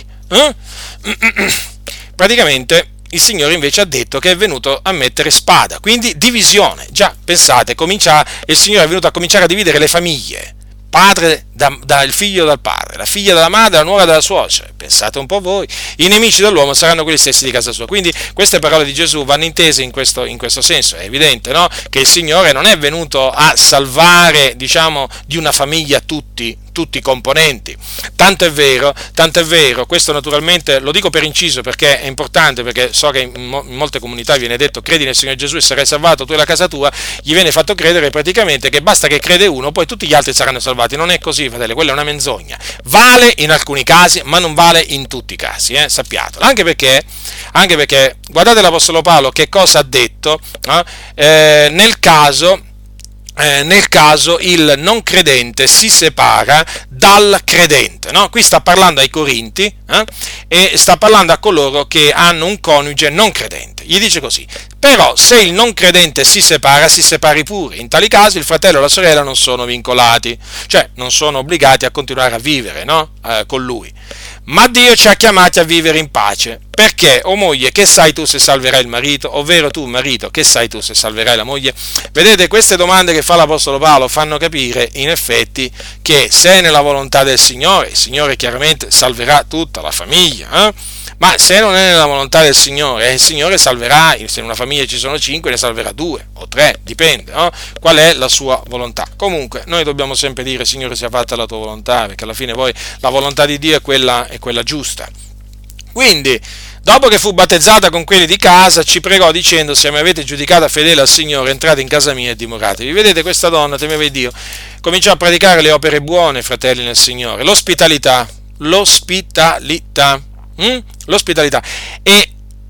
Praticamente il Signore invece ha detto che è venuto a mettere spada, quindi divisione. Già, pensate, il Signore è venuto a cominciare a dividere le famiglie. Padre dal figlio dal padre, la figlia dalla madre, la nuora dalla suocera. Pensate un po' voi, i nemici dell'uomo saranno quelli stessi di casa sua. Quindi queste parole di Gesù vanno intese in questo senso. È evidente, no? Che il Signore non è venuto a salvare, di una famiglia tutti i componenti. Tanto è vero, questo naturalmente lo dico per inciso perché è importante, perché so che in molte comunità viene detto credi nel Signore Gesù e sarai salvato tu e la casa tua. Gli viene fatto credere praticamente che basta che crede uno, poi tutti gli altri saranno salvati. Non è così, fratelli, quella è una menzogna. Vale in alcuni casi, ma non vale in tutti i casi, sappiatelo. Anche perché guardate l'Apostolo Paolo che cosa ha detto nel caso il non credente si separa dal credente, no? Qui sta parlando ai Corinti e sta parlando a coloro che hanno un coniuge non credente. Gli dice così: però se il non credente si separi pure. In tali casi il fratello e la sorella non sono vincolati, cioè non sono obbligati a continuare a vivere, no? Con lui. Ma Dio ci ha chiamati a vivere in pace. Perché, o moglie, che sai tu se salverai il marito? Ovvero tu, marito, che sai tu se salverai la moglie? Vedete, queste domande che fa l'Apostolo Paolo fanno capire, in effetti, che se è nella volontà del Signore, il Signore chiaramente salverà tutta la famiglia, Ma se non è nella volontà del Signore, il Signore salverà, se in una famiglia ci sono 5, ne salverà 2 o 3, dipende, no? Qual è la sua volontà. Comunque, noi dobbiamo sempre dire: Signore, sia fatta la tua volontà, perché alla fine poi la volontà di Dio è quella giusta. Quindi, dopo che fu battezzata con quelli di casa, ci pregò dicendo: se mi avete giudicata fedele al Signore, entrate in casa mia e dimoratevi. Vedete, questa donna, temeva Dio, cominciò a praticare le opere buone, fratelli nel Signore, l'ospitalità, e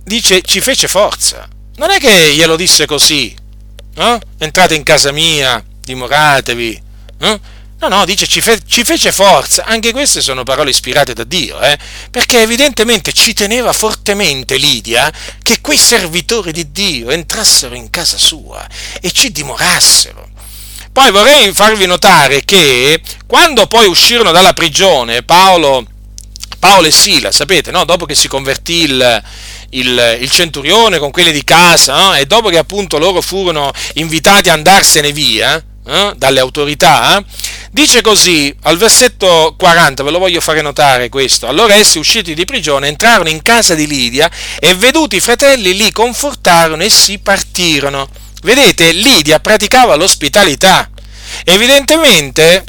dice ci fece forza. Non è che glielo disse così, no? Entrate in casa mia, dimoratevi, no? No, dice ci fece forza. Anche queste sono parole ispirate da Dio, perché evidentemente ci teneva fortemente Lidia che quei servitori di Dio entrassero in casa sua e ci dimorassero. Poi vorrei farvi notare che quando poi uscirono dalla prigione, Paolo e Sila, sapete, no? Dopo che si convertì il centurione con quelli di casa, no? E dopo che appunto loro furono invitati a andarsene via dalle autorità, dice così al versetto 40, ve lo voglio fare notare questo: allora essi, usciti di prigione, entrarono in casa di Lidia e veduti i fratelli li confortarono e si partirono. Vedete, Lidia praticava l'ospitalità. Evidentemente,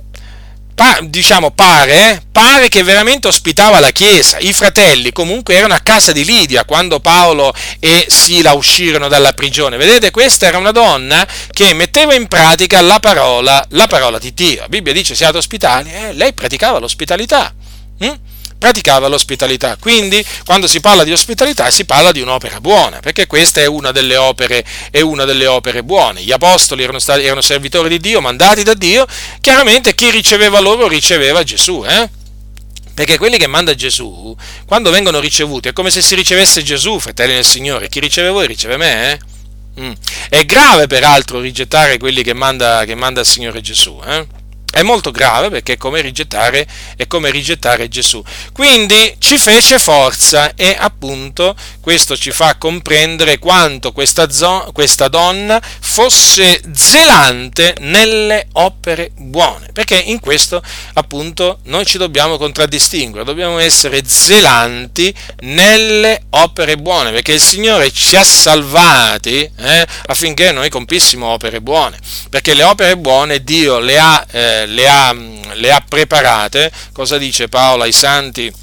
pare che veramente ospitava la Chiesa. I fratelli comunque erano a casa di Lidia quando Paolo e Sila uscirono dalla prigione. Vedete, questa era una donna che metteva in pratica la parola di Dio. La Bibbia dice siate ospitali, lei praticava l'ospitalità. Praticava l'ospitalità. Quindi quando si parla di ospitalità si parla di un'opera buona, perché questa è una delle opere buone. Gli apostoli erano servitori di Dio, mandati da Dio. Chiaramente chi riceveva loro riceveva Gesù, perché quelli che manda Gesù, quando vengono ricevuti, è come se si ricevesse Gesù, fratelli nel Signore. Chi riceve voi riceve me, È grave peraltro rigettare quelli che manda il Signore Gesù, È molto grave, perché è come rigettare Gesù. Quindi ci fece forza, e appunto questo ci fa comprendere quanto questa donna fosse zelante nelle opere buone, perché in questo appunto noi ci dobbiamo contraddistinguere, dobbiamo essere zelanti nelle opere buone, perché il Signore ci ha salvati affinché noi compissimo opere buone, perché le opere buone Dio le ha preparate. Cosa dice Paolo ai santi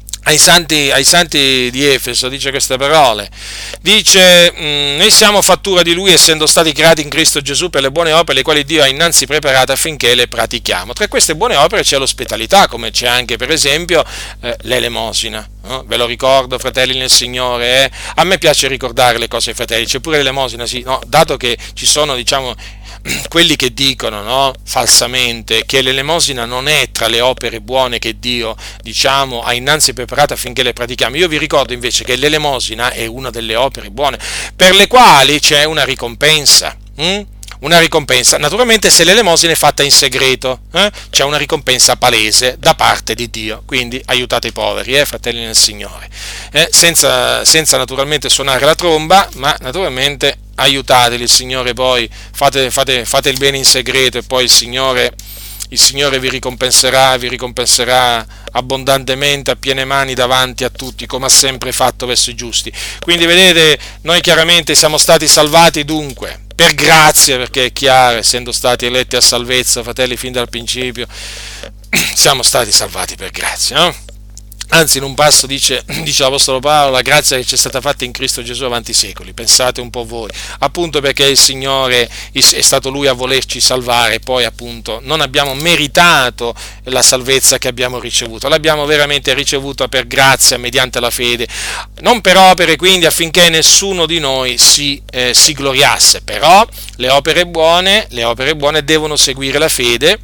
di Efeso? Dice queste parole, dice noi siamo fattura di Lui, essendo stati creati in Cristo Gesù per le buone opere, le quali Dio ha innanzi preparate affinché le pratichiamo. Tra queste buone opere c'è l'ospitalità, come c'è anche per esempio l'elemosina. Ve lo ricordo, fratelli nel Signore, a me piace ricordare le cose ai fratelli. C'è pure l'elemosina, sì, no? Dato che ci sono, quelli che dicono, no, falsamente, che l'elemosina non è tra le opere buone che Dio, ha innanzi preparato affinché le pratichiamo. Io vi ricordo invece che l'elemosina è una delle opere buone per le quali c'è una ricompensa. Una ricompensa, naturalmente se l'elemosina è fatta in segreto, c'è una ricompensa palese da parte di Dio. Quindi aiutate i poveri, fratelli nel Signore, senza naturalmente suonare la tromba, ma naturalmente aiutateli. Il Signore poi fate il bene in segreto, e poi il Signore vi ricompenserà abbondantemente, a piene mani, davanti a tutti, come ha sempre fatto verso i giusti. Quindi vedete, noi chiaramente siamo stati salvati dunque per grazia, perché è chiaro, essendo stati eletti a salvezza, fratelli, fin dal principio, siamo stati salvati per grazia, no? Anzi, in un passo dice l'Apostolo Paolo, la grazia che ci è stata fatta in Cristo Gesù avanti i secoli. Pensate un po' voi, appunto perché il Signore è stato Lui a volerci salvare, e poi appunto non abbiamo meritato la salvezza che abbiamo ricevuto, l'abbiamo veramente ricevuta per grazia, mediante la fede, non per opere, quindi affinché nessuno di noi si gloriasse. Però le opere buone devono seguire la fede,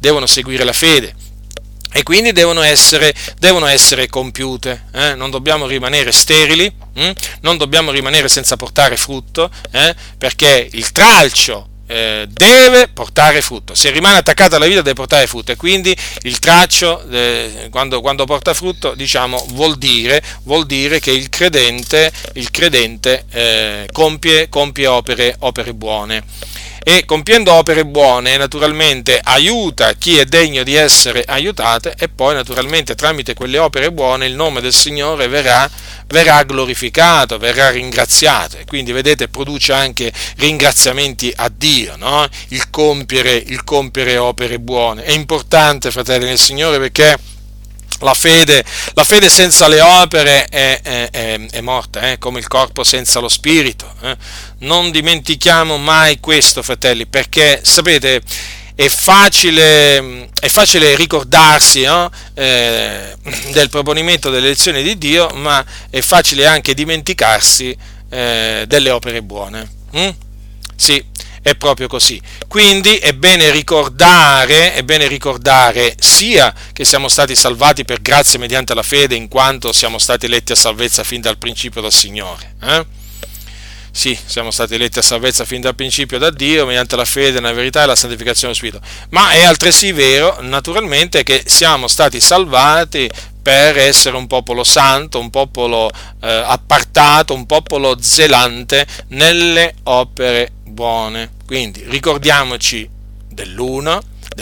e quindi devono essere compiute. Non dobbiamo rimanere sterili, non dobbiamo rimanere senza portare frutto, perché il tralcio deve portare frutto. Se rimane attaccato alla vita deve portare frutto, e quindi il tralcio quando porta frutto, vuol dire che il credente compie opere buone. E compiendo opere buone naturalmente aiuta chi è degno di essere aiutato, e poi naturalmente tramite quelle opere buone il nome del Signore verrà glorificato, verrà ringraziato, e quindi vedete produce anche ringraziamenti a Dio, no? Il compiere opere buone. È importante, fratelli nel Signore, perché la fede senza le opere è morta, come il corpo senza lo spirito. Non dimentichiamo mai questo, fratelli, perché sapete, è facile ricordarsi, no? Del proponimento delle elezioni di Dio, ma è facile anche dimenticarsi delle opere buone. Sì, è proprio così. Quindi è bene ricordare sia che siamo stati salvati per grazia mediante la fede, in quanto siamo stati eletti a salvezza fin dal principio dal Signore. Sì, siamo stati eletti a salvezza fin dal principio da Dio, mediante la fede, la verità e la santificazione dello Spirito. Ma è altresì vero, naturalmente, che siamo stati salvati per essere un popolo santo, un popolo appartato, un popolo zelante nelle opere buone. Quindi ricordiamoci dell'uno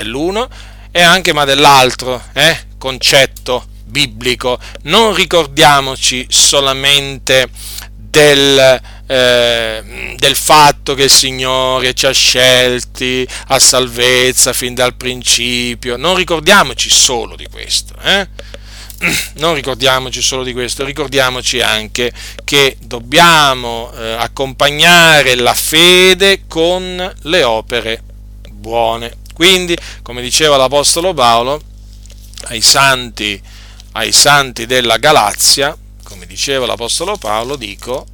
e anche ma dell'altro concetto biblico. Non ricordiamoci solamente del fatto che il Signore ci ha scelti a salvezza fin dal principio. Non ricordiamoci solo di questo, Non ricordiamoci solo di questo, ricordiamoci anche che dobbiamo accompagnare la fede con le opere buone. Quindi, come diceva l'Apostolo Paolo ai santi della Galazia, come diceva l'Apostolo Paolo, dico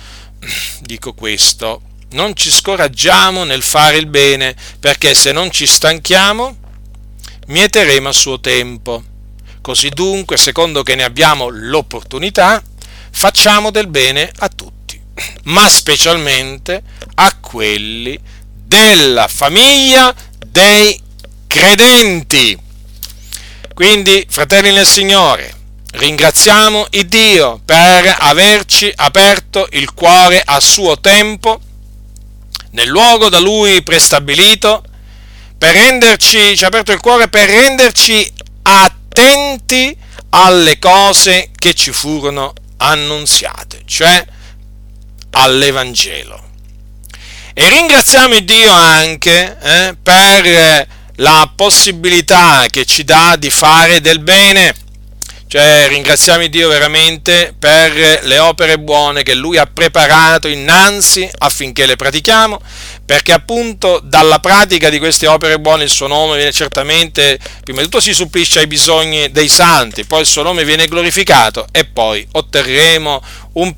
questo: non ci scoraggiamo nel fare il bene, perché se non ci stanchiamo, mieteremo a suo tempo. Così dunque, secondo che ne abbiamo l'opportunità, facciamo del bene a tutti, ma specialmente a quelli della famiglia dei credenti. Quindi, fratelli nel Signore, ringraziamo il Dio per averci aperto il cuore a suo tempo, nel luogo da Lui prestabilito, ci ha aperto il cuore per renderci attenti alle cose che ci furono annunziate, cioè all'Evangelo. E ringraziamo il Dio anche per la possibilità che ci dà di fare del bene. Cioè, ringraziamo il Dio veramente per le opere buone che Lui ha preparato innanzi affinché le pratichiamo, perché appunto dalla pratica di queste opere buone il suo nome viene certamente, prima di tutto si supplisce ai bisogni dei santi, poi il suo nome viene glorificato e poi otterremo un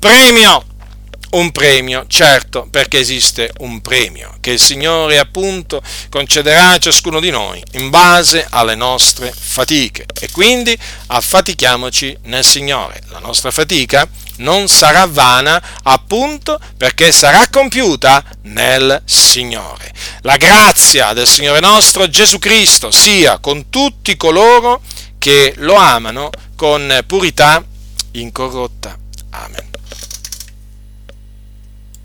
premio, certo, perché esiste un premio che il Signore appunto concederà a ciascuno di noi in base alle nostre fatiche, e quindi affatichiamoci nel Signore. La nostra fatica non sarà vana, appunto perché sarà compiuta nel Signore. La grazia del Signore nostro Gesù Cristo sia con tutti coloro che lo amano con purità incorrotta. Amen.